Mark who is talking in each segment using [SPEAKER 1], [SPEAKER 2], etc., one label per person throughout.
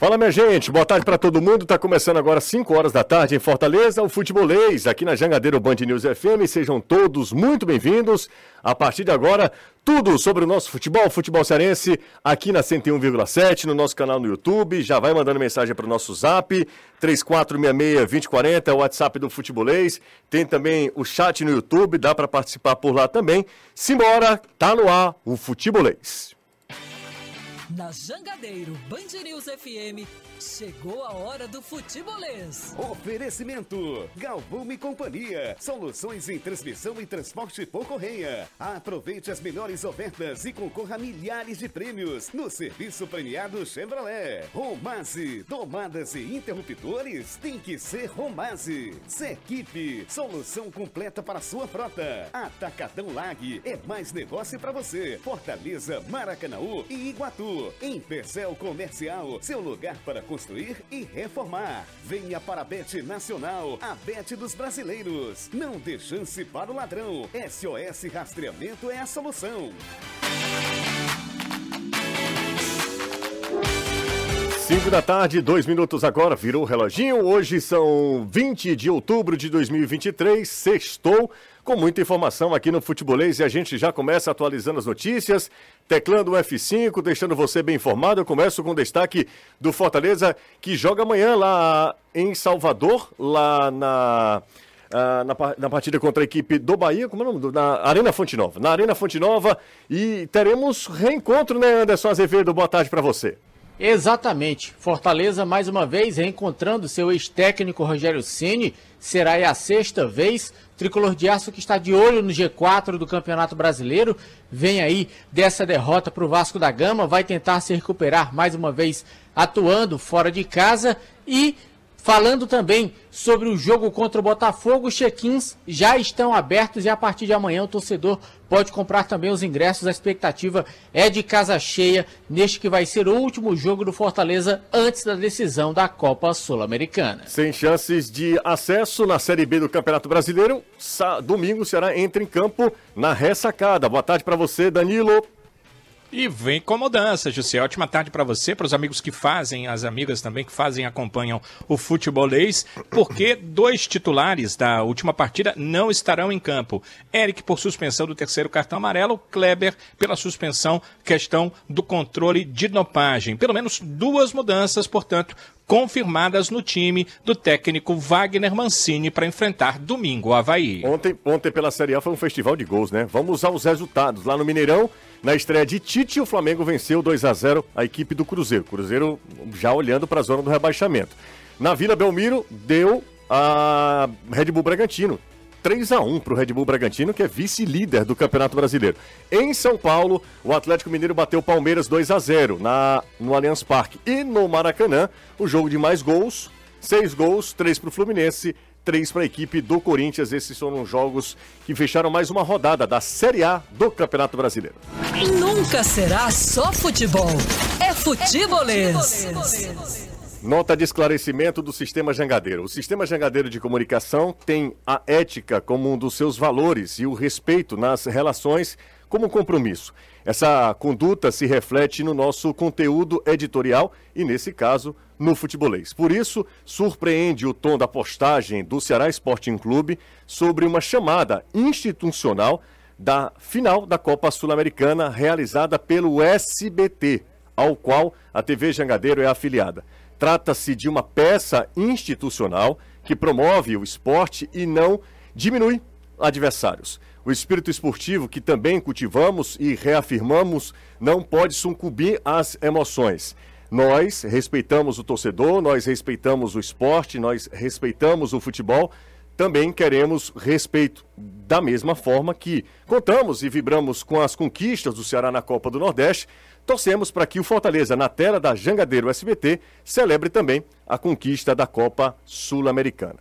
[SPEAKER 1] Fala, minha gente, boa tarde para todo mundo. Tá começando agora às 5 horas da tarde em Fortaleza, o Futebolês, aqui na Jangadeiro Band News FM. Sejam todos muito bem-vindos. A partir de agora, tudo sobre o nosso futebol cearense, aqui na 101,7, no nosso canal no YouTube. Já vai mandando mensagem para o nosso zap, 3466-2040, é o WhatsApp do Futebolês. Tem também o chat no YouTube, dá para participar por lá também. Simbora, tá no ar o Futebolês.
[SPEAKER 2] Na Jangadeiro Band News FM, chegou a hora do Futebolês.
[SPEAKER 3] Oferecimento: Galvão e Companhia. Soluções em transmissão e transporte por correia. Aproveite as melhores ofertas e concorra a milhares de prêmios no serviço premiado Chevrolet. Romase, tomadas e interruptores tem que ser Romase. Sequipe, solução completa para sua frota. Atacadão Lag, é mais negócio para você. Fortaleza, Maracanaú e Iguatu. Em Pecel Comercial, seu lugar para construir e reformar. Venha para a Bet Nacional, a Bet dos brasileiros. Não dê chance para o ladrão. SOS Rastreamento é a solução.
[SPEAKER 1] 5 da tarde, 2 minutos agora, virou o reloginho. Hoje são 20 de outubro de 2023, sextou, com muita informação aqui no Futebolês e a gente já começa atualizando as notícias, teclando o F5, deixando você bem informado. Eu começo com o destaque do Fortaleza, que joga amanhã lá em Salvador, lá na partida contra a equipe do Bahia, como é o nome? Na Arena Fonte Nova. Na Arena Fonte Nova, e teremos reencontro, né, Anderson Azevedo? Boa tarde para você.
[SPEAKER 4] Exatamente. Fortaleza, mais uma vez, reencontrando seu ex-técnico Rogério Ceni. Será a sexta vez. Tricolor de Aço que está de olho no G4 do Campeonato Brasileiro. Vem aí dessa derrota para o Vasco da Gama. Vai tentar se recuperar mais uma vez atuando fora de casa. E falando também sobre o jogo contra o Botafogo, os check-ins já estão abertos e a partir de amanhã o torcedor pode comprar também os ingressos. A expectativa é de casa cheia neste que vai ser o último jogo do Fortaleza antes da decisão da Copa Sul-Americana.
[SPEAKER 1] Sem chances de acesso na Série B do Campeonato Brasileiro, domingo o Ceará entra em campo na ressacada. Boa tarde para você, Danilo.
[SPEAKER 5] E vem com mudança, José. Ótima tarde para você, para os amigos que fazem, as amigas também que fazem e acompanham o Futebolês, porque 2 titulares da última partida não estarão em campo. Eric por suspensão do 3º cartão amarelo, Kleber pela suspensão, questão do controle de dopagem. Pelo menos 2 mudanças, portanto, confirmadas no time do técnico Wagner Mancini para enfrentar domingo o Avaí.
[SPEAKER 1] Ontem pela Série A foi um festival de gols, né? Vamos aos resultados. Lá no Mineirão, na estreia de Tite, o Flamengo venceu 2-0 a equipe do Cruzeiro. Cruzeiro já olhando para a zona do rebaixamento. Na Vila Belmiro, deu a Red Bull Bragantino. 3-1 para o Red Bull Bragantino, que é vice-líder do Campeonato Brasileiro. Em São Paulo, o Atlético Mineiro bateu o Palmeiras 2-0 no Allianz Parque. E no Maracanã, o jogo de mais gols, 6 gols, 3 para o Fluminense, 3 para a equipe do Corinthians. Esses foram jogos que fecharam mais uma rodada da Série A do Campeonato Brasileiro.
[SPEAKER 2] Nunca será só futebol, é Futebolês.
[SPEAKER 1] Nota de esclarecimento do Sistema Jangadeiro. O Sistema Jangadeiro de Comunicação tem a ética como um dos seus valores e o respeito nas relações como compromisso. Essa conduta se reflete no nosso conteúdo editorial e, nesse caso, no Futebolês. Por isso, surpreende o tom da postagem do Ceará Sporting Clube sobre uma chamada institucional da final da Copa Sul-Americana realizada pelo SBT, ao qual a TV Jangadeiro é afiliada. Trata-se de uma peça institucional que promove o esporte e não diminui adversários. O espírito esportivo que também cultivamos e reafirmamos não pode sucumbir às emoções. Nós respeitamos o torcedor, nós respeitamos o esporte, nós respeitamos o futebol, também queremos respeito. Da mesma forma que contamos e vibramos com as conquistas do Ceará na Copa do Nordeste, torcemos para que o Fortaleza, na tela da Jangadeiro SBT, celebre também a conquista da Copa Sul-Americana.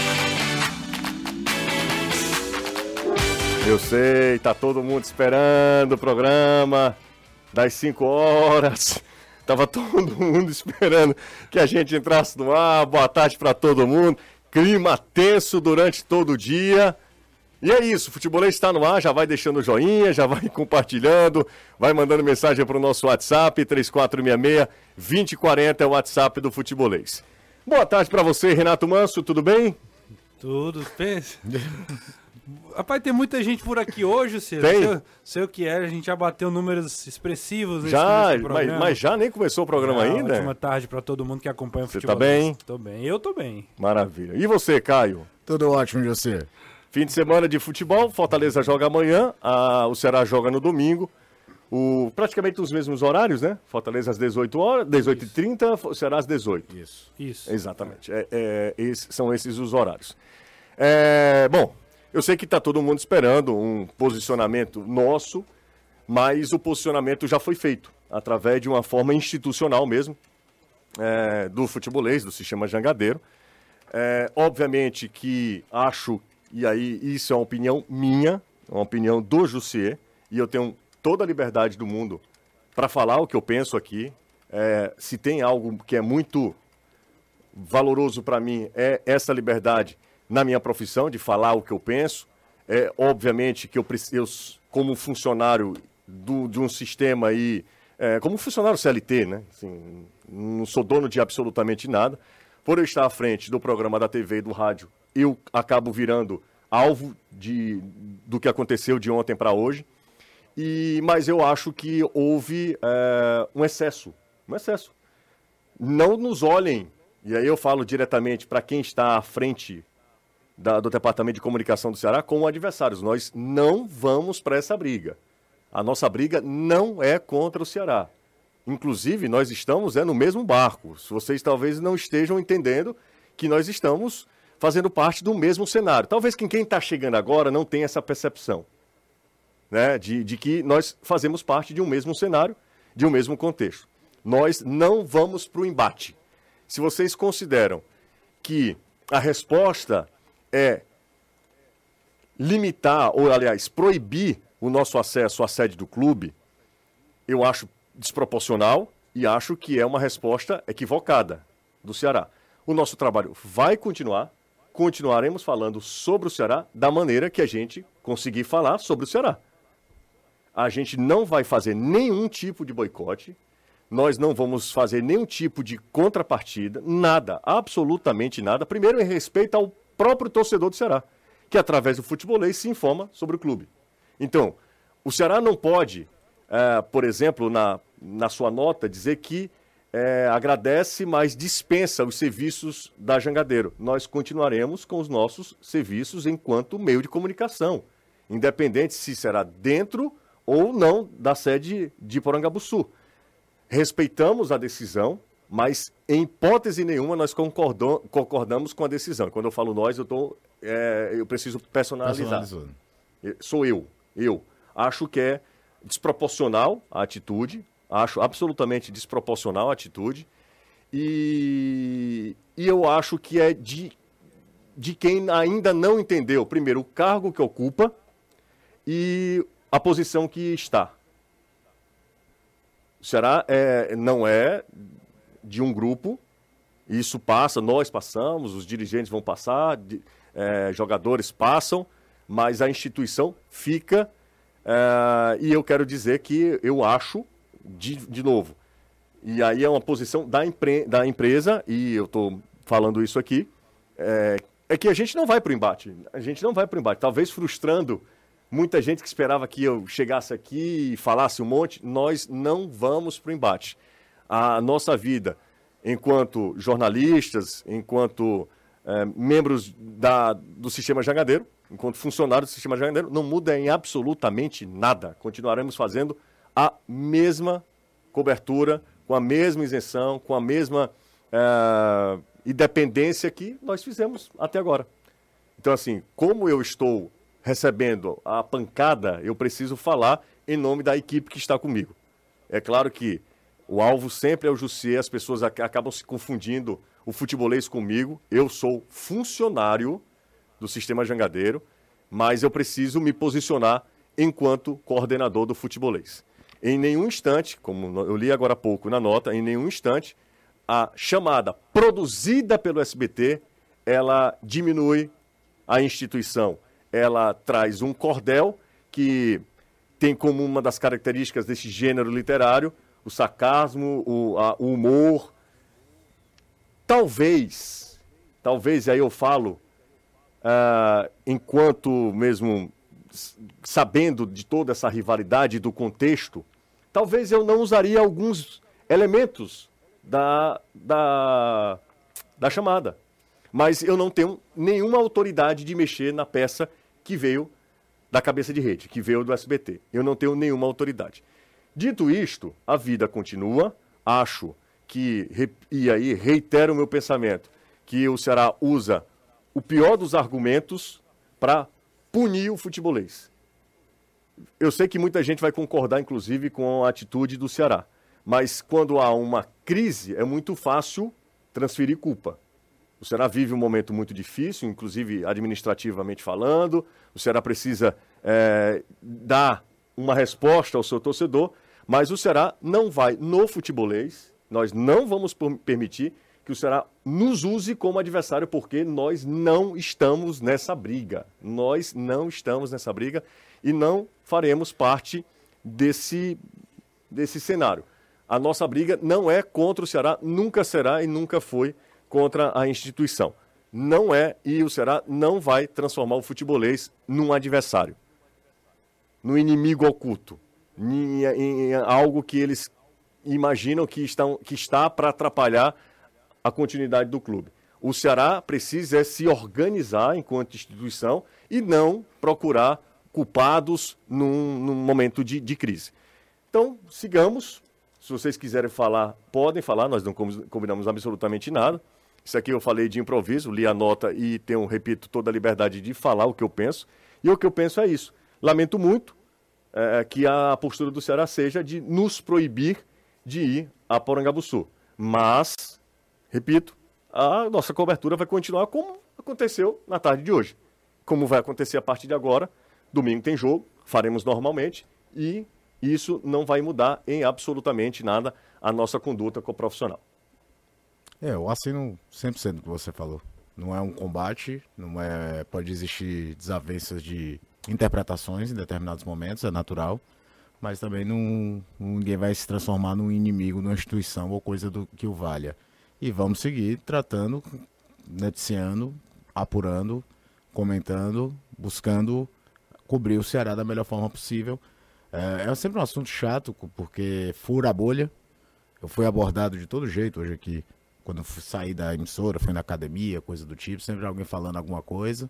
[SPEAKER 1] Eu sei, tá todo mundo esperando o programa das 5 horas. Tava todo mundo esperando que a gente entrasse no ar. Boa tarde para todo mundo. Clima tenso durante todo o dia. E é isso, o Futebolês está no ar, já vai deixando o joinha, já vai compartilhando, vai mandando mensagem para o nosso WhatsApp, 3466-2040 é o WhatsApp do Futebolês. Boa tarde para você, Renato Manso, tudo bem?
[SPEAKER 6] Tudo, pensa. Rapaz, tem muita gente por aqui hoje, Ciro. Sei o que é, a gente já bateu números expressivos nesse programa.
[SPEAKER 1] Mas já nem começou o programa ainda?
[SPEAKER 6] Ótima tarde para todo mundo que acompanha o futebol.
[SPEAKER 1] Você tá bem?
[SPEAKER 6] Tô bem, eu tô bem.
[SPEAKER 1] Maravilha. E você, Caio?
[SPEAKER 7] Tudo ótimo, José.
[SPEAKER 1] Fim de semana de futebol, Fortaleza joga amanhã, o Ceará joga no domingo. Praticamente os mesmos horários, né? Fortaleza às 18h30, o Ceará às 18h.
[SPEAKER 6] Isso.
[SPEAKER 1] Exatamente. São esses os horários. Bom, eu sei que está todo mundo esperando um posicionamento nosso, mas o posicionamento já foi feito, através de uma forma institucional mesmo, do Futebolês, do Sistema Jangadeiro. Obviamente que acho, e aí isso é uma opinião minha, uma opinião do Jussier, e eu tenho toda a liberdade do mundo para falar o que eu penso aqui. Se tem algo que é muito valoroso para mim, é essa liberdade na minha profissão, de falar o que eu penso. Obviamente que eu como funcionário de um sistema aí, como funcionário CLT, né? Assim, não sou dono de absolutamente nada. Por eu estar à frente do programa da TV e do rádio, eu acabo virando alvo do que aconteceu de ontem para hoje. Mas eu acho que houve um excesso. Não nos olhem, e aí eu falo diretamente para quem está à frente do Departamento de Comunicação do Ceará, como adversários. Nós não vamos para essa briga. A nossa briga não é contra o Ceará. Inclusive, nós estamos no mesmo barco. Vocês talvez não estejam entendendo que nós estamos fazendo parte do mesmo cenário. Talvez quem está chegando agora não tenha essa percepção, né, de que nós fazemos parte de um mesmo cenário, de um mesmo contexto. Nós não vamos para o embate. Se vocês consideram que a resposta é limitar, ou aliás, proibir o nosso acesso à sede do clube, eu acho desproporcional e acho que é uma resposta equivocada do Ceará. O nosso trabalho vai continuaremos falando sobre o Ceará da maneira que a gente conseguir falar sobre o Ceará. A gente não vai fazer nenhum tipo de boicote, nós não vamos fazer nenhum tipo de contrapartida, nada, absolutamente nada. Primeiro, em respeito ao próprio torcedor do Ceará, que através do Futebolês se informa sobre o clube. Então, o Ceará não pode, por exemplo, na sua nota, dizer que agradece, mas dispensa os serviços da Jangadeiro. Nós continuaremos com os nossos serviços enquanto meio de comunicação, independente se será dentro ou não da sede de Porangabuçu. Respeitamos a decisão, mas em hipótese nenhuma nós concordamos com a decisão. Quando eu falo nós, eu preciso personalizar. Sou eu. Acho que é desproporcional a atitude, acho absolutamente desproporcional a atitude, e eu acho que é de quem ainda não entendeu, primeiro, o cargo que ocupa e a posição que está. O Ceará não é de um grupo, isso passa, nós passamos, os dirigentes vão passar, jogadores passam, mas a instituição fica, e eu quero dizer que eu acho, de novo, e aí é uma posição da empresa, e eu estou falando isso aqui, é que a gente não vai para o embate, talvez frustrando muita gente que esperava que eu chegasse aqui e falasse um monte. Nós não vamos para o embate. A nossa vida, enquanto jornalistas, enquanto membros do Sistema Jangadeiro, enquanto funcionários do Sistema Jangadeiro, não muda em absolutamente nada. Continuaremos fazendo a mesma cobertura, com a mesma isenção, com a mesma independência que nós fizemos até agora. Então, assim, como eu estou recebendo a pancada, eu preciso falar em nome da equipe que está comigo. É claro que o alvo sempre é o Jussier, as pessoas acabam se confundindo o futebolês comigo. Eu sou funcionário do Sistema Jangadeiro, mas eu preciso me posicionar enquanto coordenador do futebolês. Em nenhum instante, como eu li agora há pouco na nota, em nenhum instante, a chamada produzida pelo SBT, ela diminui a instituição. ela traz um cordel que tem como uma das características desse gênero literário o sarcasmo, o humor. Talvez, e aí eu falo, enquanto mesmo sabendo de toda essa rivalidade do contexto, talvez eu não usaria alguns elementos da chamada. Mas eu não tenho nenhuma autoridade de mexer na peça que veio da cabeça de rede, que veio do SBT. Eu não tenho nenhuma autoridade. Dito isto, a vida continua. Acho que, e aí reitero o meu pensamento, que o Ceará usa o pior dos argumentos para punir o futebolês. Eu sei que muita gente vai concordar, inclusive, com a atitude do Ceará. Mas quando há uma crise, é muito fácil transferir culpa. O Ceará vive um momento muito difícil, inclusive administrativamente falando. O Ceará precisa dar uma resposta ao seu torcedor, mas o Ceará não vai no futebolês. Nós não vamos permitir que o Ceará nos use como adversário, porque nós não estamos nessa briga. Nós não estamos nessa briga e não faremos parte desse cenário. A nossa briga não é contra o Ceará, nunca será e nunca foi contra a instituição. Não é, e o Ceará não vai transformar o futebolês num adversário, num inimigo oculto, em algo que eles imaginam que está para atrapalhar a continuidade do clube. O Ceará precisa se organizar enquanto instituição e não procurar culpados num momento de crise. Então, sigamos. Se vocês quiserem falar, podem falar, nós não combinamos absolutamente nada. Isso aqui eu falei de improviso, li a nota e tenho, repito, toda a liberdade de falar o que eu penso. E o que eu penso é isso. Lamento muito que a postura do Ceará seja de nos proibir de ir a Porangabuçu. Mas, repito, a nossa cobertura vai continuar como aconteceu na tarde de hoje. Como vai acontecer a partir de agora, domingo tem jogo, faremos normalmente e isso não vai mudar em absolutamente nada a nossa conduta com o profissional.
[SPEAKER 7] Eu assino 100% do que você falou. Não é um combate, pode existir desavenças de interpretações em determinados momentos, é natural, mas também ninguém vai se transformar num inimigo, numa instituição ou coisa que o valha. E vamos seguir tratando, noticiando, apurando, comentando, buscando cobrir o Ceará da melhor forma possível. É sempre um assunto chato, porque fura a bolha. Eu fui abordado de todo jeito hoje aqui, quando eu saí da emissora, fui na academia, coisa do tipo, sempre alguém falando alguma coisa.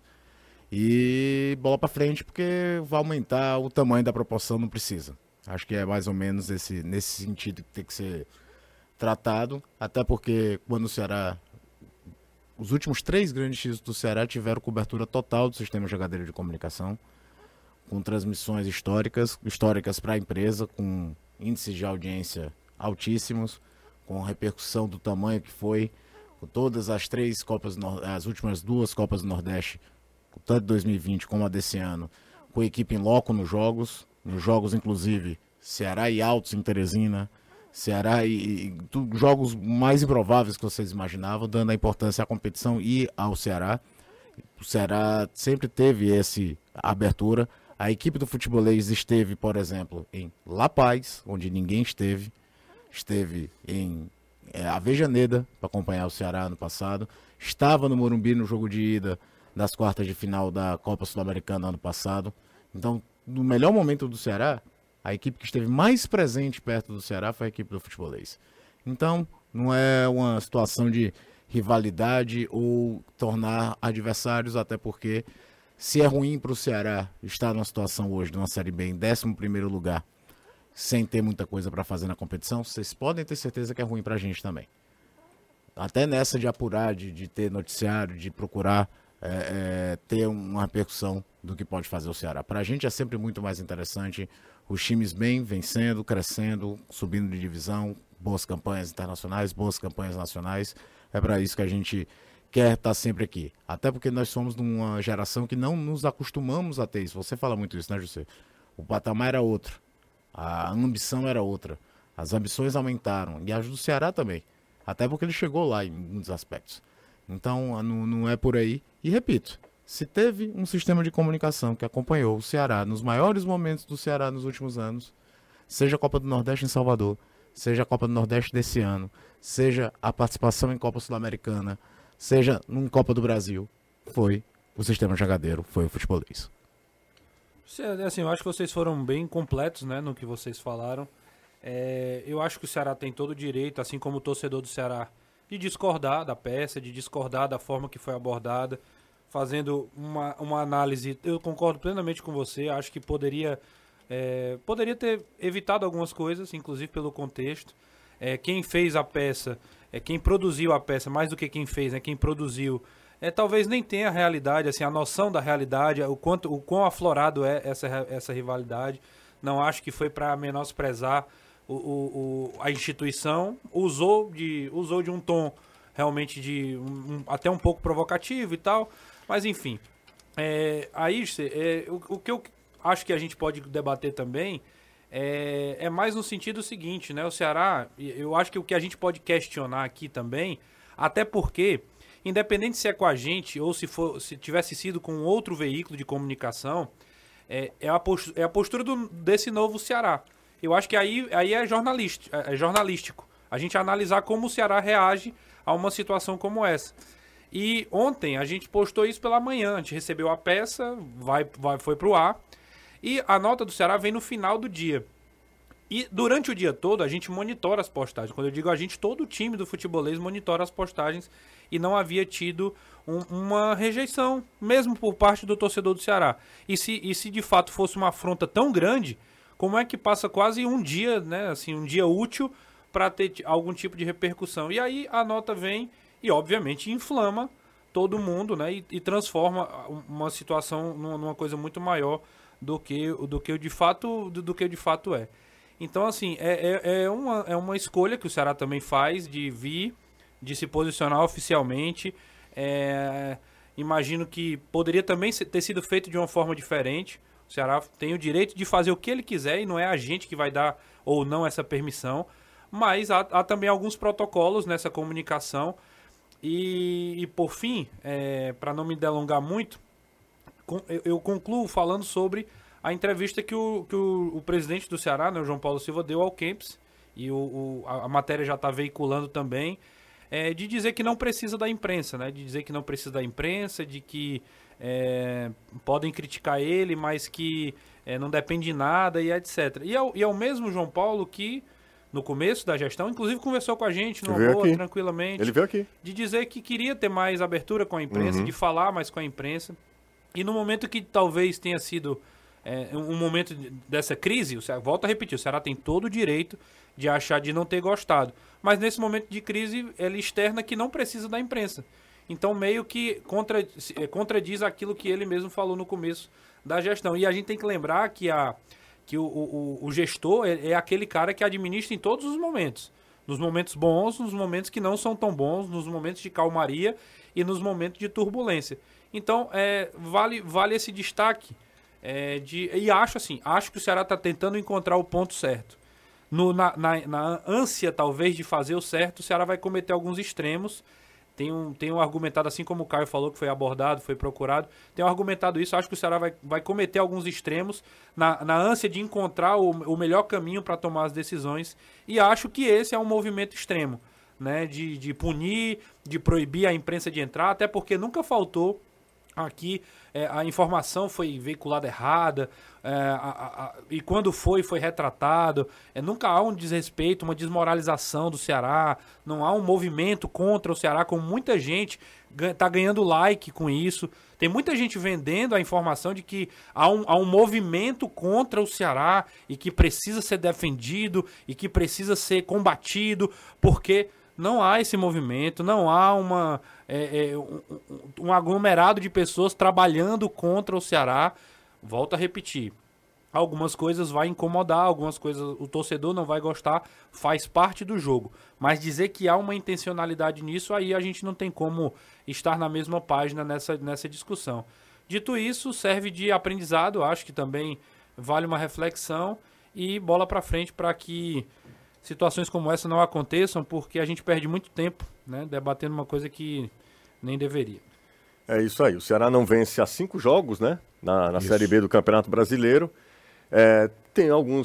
[SPEAKER 7] E bola pra frente, porque vai aumentar o tamanho da proporção, não precisa. Acho que é mais ou menos nesse sentido que tem que ser tratado, até porque quando o Ceará... Os últimos 3 grandes títulos do Ceará tiveram cobertura total do sistema jogadeiro de comunicação, com transmissões históricas para a empresa, com índices de audiência altíssimos, com repercussão do tamanho que foi, com todas as as últimas 2 Copas do Nordeste, tanto de 2020 como a desse ano, com a equipe em loco nos jogos inclusive Ceará e Altos em Teresina, Ceará e jogos mais improváveis que vocês imaginavam, dando a importância à competição e ao Ceará. O Ceará sempre teve essa abertura. A equipe do futebolês esteve, por exemplo, em La Paz, onde ninguém esteve. Esteve em Avejaneda para acompanhar o Ceará ano passado. Estava no Morumbi no jogo de ida das quartas de final da Copa Sul-Americana ano passado. Então, no melhor momento do Ceará, a equipe que esteve mais presente perto do Ceará foi a equipe do futebolês. Então, não é uma situação de rivalidade ou tornar adversários, até porque se é ruim para o Ceará estar numa situação hoje, numa Série B, em 11º lugar, sem ter muita coisa para fazer na competição, vocês podem ter certeza que é ruim para a gente também. Até nessa de apurar, de ter noticiário, de procurar ter uma repercussão do que pode fazer o Ceará. Para a gente é sempre muito mais interessante os times bem, vencendo, crescendo, subindo de divisão, boas campanhas internacionais, boas campanhas nacionais. É para isso que a gente quer estar sempre aqui. Até porque nós somos de uma geração que não nos acostumamos a ter isso. Você fala muito isso, né, José? O patamar era outro. A ambição era outra. As ambições aumentaram. E as do Ceará também. Até porque ele chegou lá em muitos aspectos. Então, não é por aí. E repito, Se teve um sistema de comunicação que acompanhou o Ceará nos maiores momentos do Ceará nos últimos anos, seja a Copa do Nordeste em Salvador, seja a Copa do Nordeste desse ano, seja a participação em Copa Sul-Americana, seja em Copa do Brasil, foi o sistema jangadeiro, foi o futebolês.
[SPEAKER 6] Assim, eu acho que vocês foram bem completos, né, no que vocês falaram. Eu acho que o Ceará tem todo o direito, assim como o torcedor do Ceará, de discordar da peça, de discordar da forma que foi abordada, fazendo uma análise. Eu concordo plenamente com você, acho que poderia ter evitado algumas coisas, inclusive pelo contexto. Quem fez a peça, quem produziu a peça, mais do que quem fez, né, quem produziu, talvez nem tenha a realidade, assim, a noção da realidade, o quão aflorado é essa rivalidade. Não acho que foi para menosprezar a instituição, usou de um tom realmente até um pouco provocativo e tal, mas enfim. O que eu acho que a gente pode debater também é mais no sentido seguinte, né? O Ceará, eu acho que o que a gente pode questionar aqui também, até porque, independente se é com a gente ou se tivesse sido com outro veículo de comunicação, é a postura desse novo Ceará. Eu acho que aí é jornalístico. A gente analisar como o Ceará reage a uma situação como essa. E ontem a gente postou isso pela manhã, a gente recebeu a peça, foi pro ar, e a nota do Ceará vem no final do dia. E durante o dia todo a gente monitora as postagens. Quando eu digo a gente, todo o time do futebolês monitora as postagens e não havia tido uma rejeição, mesmo por parte do torcedor do Ceará. E se de fato fosse uma afronta tão grande, como é que passa quase um dia, né, assim, um dia útil para ter algum tipo de repercussão? E aí a nota vem e obviamente inflama todo mundo, né, e transforma uma situação numa coisa muito maior do que de fato é. Então, assim, é uma escolha que o Ceará também faz de se posicionar oficialmente. Imagino que poderia também ter sido feito de uma forma diferente. O Ceará tem o direito de fazer o que ele quiser e não é a gente que vai dar ou não essa permissão. Mas há também alguns protocolos nessa comunicação. E por fim, para não me delongar muito, eu concluo falando sobre a entrevista que o presidente do Ceará, né, o João Paulo Silva, deu ao Kempis, e a matéria já está veiculando também, de dizer que não precisa da imprensa, né, de dizer que não precisa da imprensa, de que podem criticar ele, mas que não depende de nada e etc. E é o mesmo João Paulo que, no começo da gestão, inclusive conversou com a gente numa boa, tranquilamente.
[SPEAKER 1] Ele veio aqui.
[SPEAKER 6] De dizer que queria ter mais abertura com a imprensa, de falar mais com a imprensa. E no momento que talvez tenha sido um momento dessa crise, volto a repetir, o Ceará tem todo o direito de achar de não ter gostado. Mas nesse momento de crise, ele externa que não precisa da imprensa. Então meio que contradiz aquilo que ele mesmo falou no começo da gestão. E a gente tem que lembrar que o gestor é aquele cara que administra em todos os momentos. Nos momentos bons, nos momentos que não são tão bons, nos momentos de calmaria e nos momentos de turbulência. Então, vale esse destaque. E acho que o Ceará está tentando encontrar o ponto certo. Na ânsia, talvez, de fazer o certo, o Ceará vai cometer alguns extremos. Tem um argumentado, assim como o Caio falou, que foi abordado, foi procurado. Tem um argumentado isso, acho que o Ceará vai cometer alguns extremos na ânsia de encontrar o melhor caminho para tomar as decisões. E acho que esse é um movimento extremo, né? De punir, de proibir a imprensa de entrar, até porque nunca faltou aqui a informação foi veiculada errada, e quando foi retratado. Nunca há um desrespeito, uma desmoralização do Ceará, não há um movimento contra o Ceará, como muita gente está ganhando like com isso. Tem muita gente vendendo a informação de que há um movimento contra o Ceará e que precisa ser defendido e que precisa ser combatido, porque não há esse movimento, não há um aglomerado de pessoas trabalhando contra o Ceará. Volto a repetir, algumas coisas vai incomodar, algumas coisas o torcedor não vai gostar, faz parte do jogo. Mas dizer que há uma intencionalidade nisso, aí a gente não tem como estar na mesma página nessa discussão. Dito isso, serve de aprendizado, acho que também vale uma reflexão e bola para frente para que situações como essa não aconteçam, porque a gente perde muito tempo, né, debatendo uma coisa que nem deveria.
[SPEAKER 1] É isso aí. O Ceará não vence há 5 jogos, né? Na Série B do Campeonato Brasileiro. Tem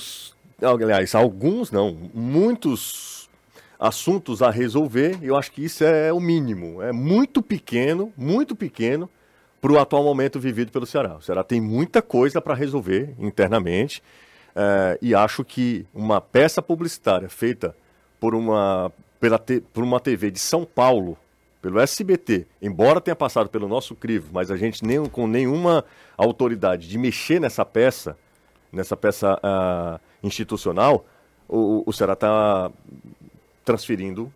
[SPEAKER 1] muitos assuntos a resolver. E eu acho que isso é o mínimo. É muito pequeno para o atual momento vivido pelo Ceará. O Ceará tem muita coisa para resolver internamente. E acho que uma peça publicitária feita por uma TV de São Paulo, pelo SBT, embora tenha passado pelo nosso crivo, mas a gente com nenhuma autoridade de mexer nessa peça institucional, o Ceará está transferindo,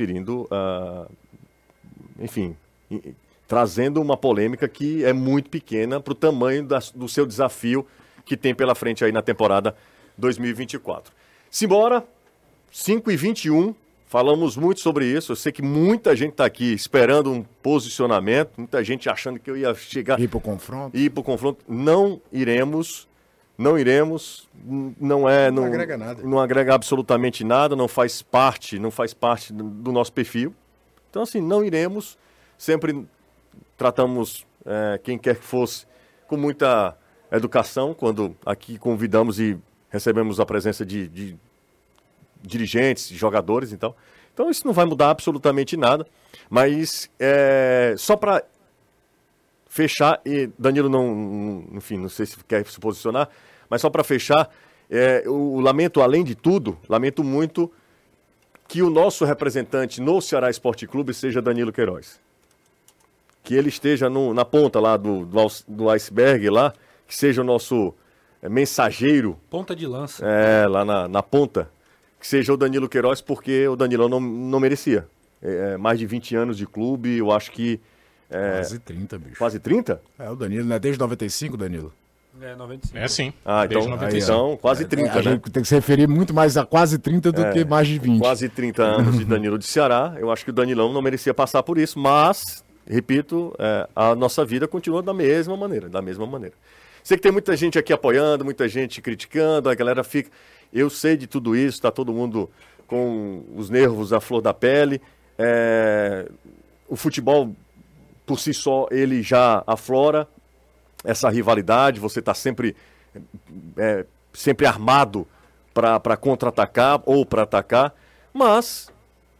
[SPEAKER 1] enfim, trazendo uma polêmica que é muito pequena para o tamanho do seu desafio que tem pela frente aí na temporada 2024. Simbora, 5h21. Falamos muito sobre isso. Eu sei que muita gente está aqui esperando um posicionamento, muita gente achando que eu ia chegar...
[SPEAKER 7] Ir para o confronto.
[SPEAKER 1] Não iremos. Não
[SPEAKER 7] agrega nada.
[SPEAKER 1] Não agrega absolutamente nada, não faz parte do nosso perfil. Então, assim, não iremos. Sempre tratamos quem quer que fosse com muita educação, quando aqui convidamos e recebemos a presença de dirigentes, jogadores e tal. Então isso não vai mudar absolutamente nada, mas só para fechar, e Danilo não sei se quer se posicionar, mas só para fechar, eu lamento, além de tudo, lamento muito que o nosso representante no Ceará Esporte Clube seja Danilo Queiroz. Que ele esteja na ponta lá do iceberg lá, que seja o nosso mensageiro.
[SPEAKER 6] Ponta de lança.
[SPEAKER 1] Lá na ponta. Que seja o Danilo Queiroz, porque o Danilão não merecia. Mais de 20 anos de clube, eu acho que...
[SPEAKER 7] Quase 30, bicho.
[SPEAKER 1] Quase 30?
[SPEAKER 7] O Danilo, não é desde 95, Danilo?
[SPEAKER 6] 95.
[SPEAKER 5] É sim.
[SPEAKER 1] Então quase 30,
[SPEAKER 7] A gente tem que se referir muito mais a quase 30 do que mais de 20.
[SPEAKER 1] Quase 30 anos de Danilo de Ceará. Eu acho que o Danilão não merecia passar por isso, mas, repito, a nossa vida continua da mesma maneira. Sei que tem muita gente aqui apoiando, muita gente criticando, a galera fica... Eu sei de tudo isso, está todo mundo com os nervos à flor da pele. O futebol, por si só, ele já aflora essa rivalidade. Você está sempre armado para contra-atacar ou para atacar. Mas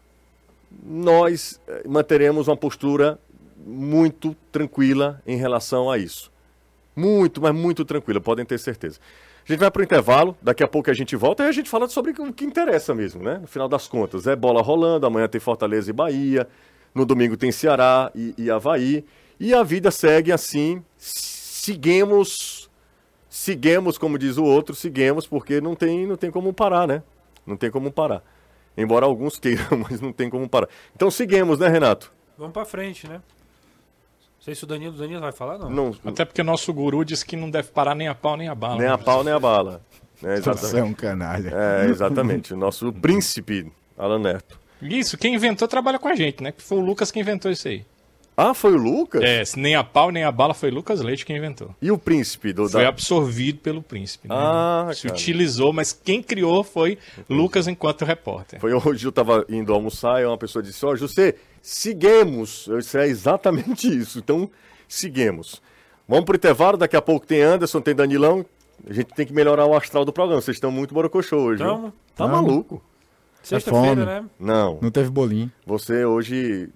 [SPEAKER 1] nós manteremos uma postura muito tranquila em relação a isso. Muito, mas muito tranquila, podem ter certeza. A gente vai para o intervalo, daqui a pouco a gente volta e a gente fala sobre o que interessa mesmo, né? No final das contas, bola rolando, amanhã tem Fortaleza e Bahia, no domingo tem Ceará e Avaí, e a vida segue assim, seguimos, como diz o outro, porque não tem como parar, né? Não tem como parar. Embora alguns queiram, mas não tem como parar. Então seguimos, né, Renato?
[SPEAKER 6] Vamos para frente, né? Não sei se o Danilo vai falar,
[SPEAKER 5] não. Até porque o nosso guru disse que não deve parar nem a pau nem a bala.
[SPEAKER 1] Nem a pau nem a bala.
[SPEAKER 7] Você é um canalha.
[SPEAKER 1] Exatamente. O nosso príncipe, Alan Neto.
[SPEAKER 5] Isso, quem inventou trabalha com a gente, né? Foi o Lucas que inventou isso aí.
[SPEAKER 1] Ah, foi o Lucas?
[SPEAKER 5] Nem a pau nem a bala, foi o Lucas Leite quem inventou.
[SPEAKER 1] E o príncipe?
[SPEAKER 5] Foi absorvido pelo príncipe. Né? Se
[SPEAKER 1] cara.
[SPEAKER 5] Utilizou, mas quem criou foi Lucas enquanto repórter.
[SPEAKER 1] Foi hoje, eu estava indo almoçar e uma pessoa disse, José, seguimos. Eu disse, exatamente isso. Então, seguimos. Vamos pro intervalo, daqui a pouco tem Anderson, tem Danilão. A gente tem que melhorar o astral do programa. Vocês estão muito borocochô hoje. Tá maluco.
[SPEAKER 6] Sexta-feira, né?
[SPEAKER 1] Não
[SPEAKER 7] teve bolinho.
[SPEAKER 1] Você hoje...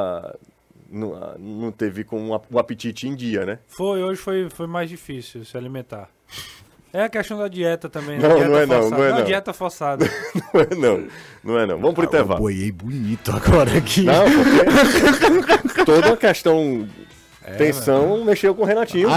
[SPEAKER 1] Não teve com o apetite em dia, né?
[SPEAKER 6] Hoje foi mais difícil se alimentar. É a questão da dieta também.
[SPEAKER 1] Não é não.
[SPEAKER 6] Dieta forçada.
[SPEAKER 1] Não é não. Vamos pro intervalo.
[SPEAKER 7] Eu boiei bonito agora aqui.
[SPEAKER 1] Não, porque toda a questão tensão mexeu com o Renatinho.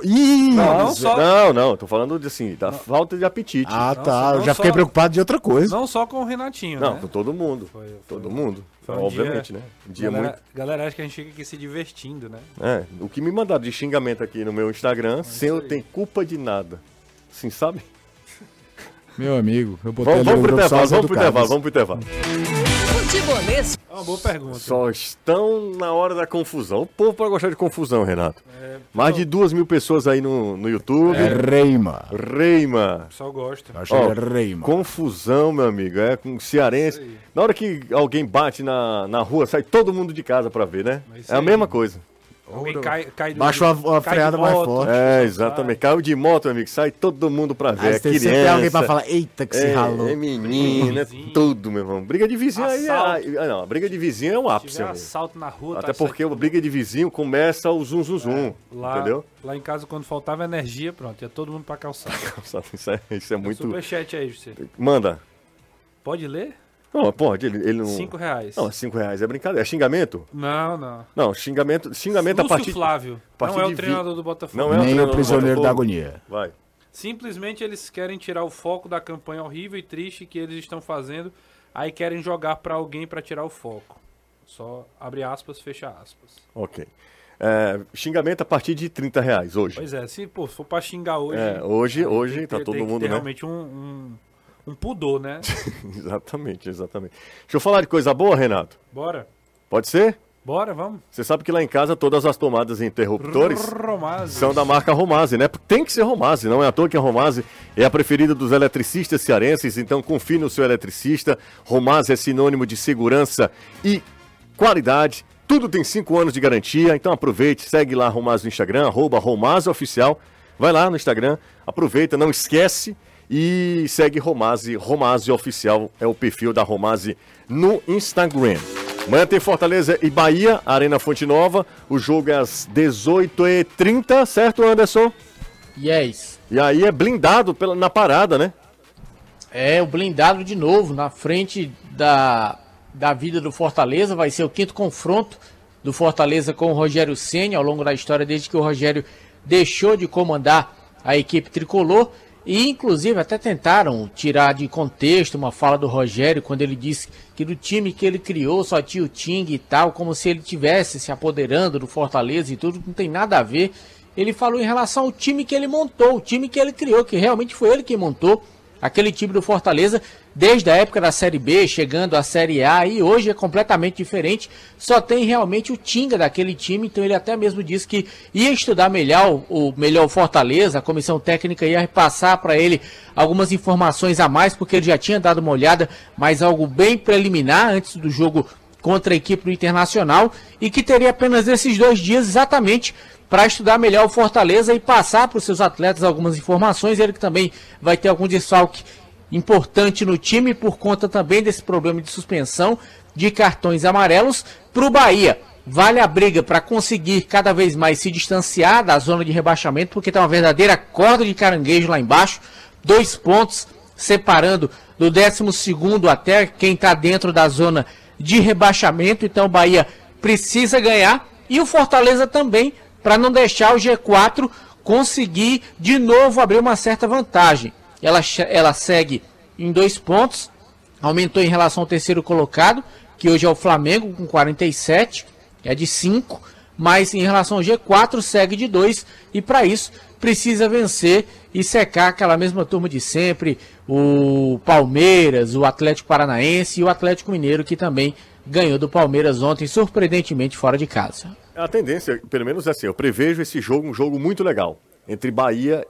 [SPEAKER 1] Não, tô falando da falta de apetite.
[SPEAKER 7] Eu já fiquei preocupado de outra coisa.
[SPEAKER 6] Não só com o Renatinho,
[SPEAKER 1] Não,
[SPEAKER 6] né?
[SPEAKER 1] com todo mundo. Todo mundo. Obviamente, né?
[SPEAKER 6] Galera acha que a gente fica aqui se divertindo, né?
[SPEAKER 1] O que me mandaram de xingamento aqui no meu Instagram, sem eu ter culpa de nada. Assim, sabe?
[SPEAKER 7] Meu amigo, eu botei
[SPEAKER 1] vamos pro intervalo.
[SPEAKER 2] Futebolês.
[SPEAKER 6] É uma boa pergunta.
[SPEAKER 1] Só estão na hora da confusão. O povo pode gostar de confusão, Renato. Mais de 2.000 pessoas aí no YouTube.
[SPEAKER 7] Reima.
[SPEAKER 6] O pessoal gosta.
[SPEAKER 7] Acho que é Reima.
[SPEAKER 1] Confusão, meu amigo. Com cearense. Na hora que alguém bate na rua, sai todo mundo de casa pra ver, né? É a mesma coisa.
[SPEAKER 6] Alguém cai
[SPEAKER 7] Baixa a freada mais forte.
[SPEAKER 1] Exatamente. Caiu de moto, amigo, sai todo mundo pra ver.
[SPEAKER 7] Aí tem sempre alguém pra falar, eita que se ralou.
[SPEAKER 1] É menino, é tudo, meu irmão. Briga de vizinho não, briga de vizinho é um ápice.
[SPEAKER 6] Se tiver assalto na rua,
[SPEAKER 1] até porque a briga de vizinho começa o zum, entendeu?
[SPEAKER 6] Lá em casa, quando faltava energia, pronto, ia todo mundo pra calçada.
[SPEAKER 1] Isso é muito...
[SPEAKER 6] Superchat aí, José.
[SPEAKER 1] Manda.
[SPEAKER 6] Pode ler?
[SPEAKER 1] Não, pode, ele não...
[SPEAKER 6] R$5.
[SPEAKER 1] Não, R$5 é brincadeira. É xingamento?
[SPEAKER 6] Não.
[SPEAKER 1] Não, xingamento a partir...
[SPEAKER 6] Flávio, não é o treinador do Botafogo.
[SPEAKER 1] Não é
[SPEAKER 7] nem o prisioneiro da agonia.
[SPEAKER 1] Vai.
[SPEAKER 6] Simplesmente eles querem tirar o foco da campanha horrível e triste que eles estão fazendo, aí querem jogar pra alguém pra tirar o foco. Só abre aspas, fecha aspas.
[SPEAKER 1] Ok. Xingamento a partir de R$30 hoje.
[SPEAKER 6] Pois é, se for pra xingar
[SPEAKER 1] hoje... hoje tá todo mundo, né?
[SPEAKER 6] Realmente um pudor, né?
[SPEAKER 1] Exatamente. Deixa eu falar de coisa boa, Renato.
[SPEAKER 6] Bora.
[SPEAKER 1] Pode ser?
[SPEAKER 6] Bora, vamos.
[SPEAKER 1] Você sabe que lá em casa todas as tomadas e interruptores
[SPEAKER 6] Romase.
[SPEAKER 1] são da marca Romase, né? Tem que ser Romase, não é à toa que a Romase é a preferida dos eletricistas cearenses, então confie no seu eletricista. Romase é sinônimo de segurança e qualidade. Tudo tem 5 anos de garantia, então aproveite, segue lá a Romase no Instagram, @RomaseOficial. Vai lá no Instagram, aproveita, não esquece e segue Romase. Romase Oficial é o perfil da Romase no Instagram. Amanhã tem Fortaleza e Bahia, Arena Fonte Nova. O jogo é às 18h30, certo, Anderson?
[SPEAKER 4] Yes.
[SPEAKER 1] E aí é blindado na parada, né?
[SPEAKER 4] É, o blindado de novo, na frente da vida do Fortaleza. Vai ser o 5º confronto do Fortaleza com o Rogério Ceni ao longo da história, desde que o Rogério deixou de comandar a equipe tricolor. E, inclusive, até tentaram tirar de contexto uma fala do Rogério, quando ele disse que do time que ele criou só tinha o Ting e tal, como se ele tivesse se apoderando do Fortaleza e tudo, não tem nada a ver. Ele falou em relação ao time que ele montou, o time que ele criou, que realmente foi ele que montou aquele time do Fortaleza, desde a época da Série B, chegando à Série A, e hoje é completamente diferente, só tem realmente o Tinga daquele time, então ele até mesmo disse que ia estudar melhor o Fortaleza, a comissão técnica ia repassar para ele algumas informações a mais, porque ele já tinha dado uma olhada, mas algo bem preliminar antes do jogo contra a equipe do Internacional, e que teria apenas esses 2 dias exatamente para estudar melhor o Fortaleza e passar para os seus atletas algumas informações. Ele que também vai ter algum desfalque importante no time por conta também desse problema de suspensão de cartões amarelos. Para o Bahia, vale a briga para conseguir cada vez mais se distanciar da zona de rebaixamento, porque tem uma verdadeira corda de caranguejo lá embaixo, 2 pontos separando do 12º até quem está dentro da zona de rebaixamento. Então o Bahia precisa ganhar, e o Fortaleza também, para não deixar o G4 conseguir de novo abrir uma certa vantagem. Ela segue em 2 pontos, aumentou em relação ao 3º colocado, que hoje é o Flamengo com 47, é de 5, mas em relação ao G4 segue de 2, e para isso precisa vencer e secar aquela mesma turma de sempre, o Palmeiras, o Atlético Paranaense e o Atlético Mineiro, que também ganhou do Palmeiras ontem, surpreendentemente fora de casa.
[SPEAKER 1] A tendência, pelo menos é assim, eu prevejo esse jogo um jogo muito legal entre Bahia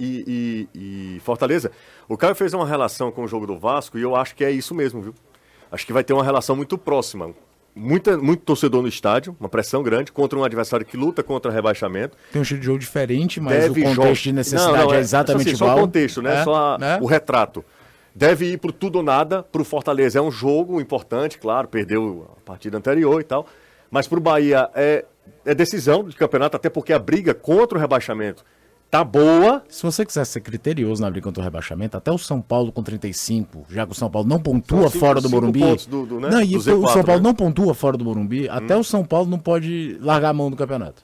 [SPEAKER 1] e Fortaleza. O Caio fez uma relação com o jogo do Vasco e eu acho que é isso mesmo, viu? Acho que vai ter uma relação muito próxima. Muito torcedor no estádio, uma pressão grande contra um adversário que luta contra o rebaixamento.
[SPEAKER 7] Tem um estilo de jogo diferente, mas o contexto de necessidade é exatamente
[SPEAKER 1] assim,
[SPEAKER 7] igual.
[SPEAKER 1] Só o contexto, né? O retrato. Deve ir pro tudo ou nada, pro Fortaleza é um jogo importante, claro, perdeu a partida anterior e tal, mas pro Bahia é decisão de campeonato, até porque a briga contra o rebaixamento tá boa.
[SPEAKER 7] Se você quiser ser criterioso na briga contra o rebaixamento, até o São Paulo com 35, já que o São Paulo não pontua fora do Morumbi.
[SPEAKER 1] Né?
[SPEAKER 7] Não, e o São Paulo não pontua fora do Morumbi, até o São Paulo não pode largar a mão do campeonato.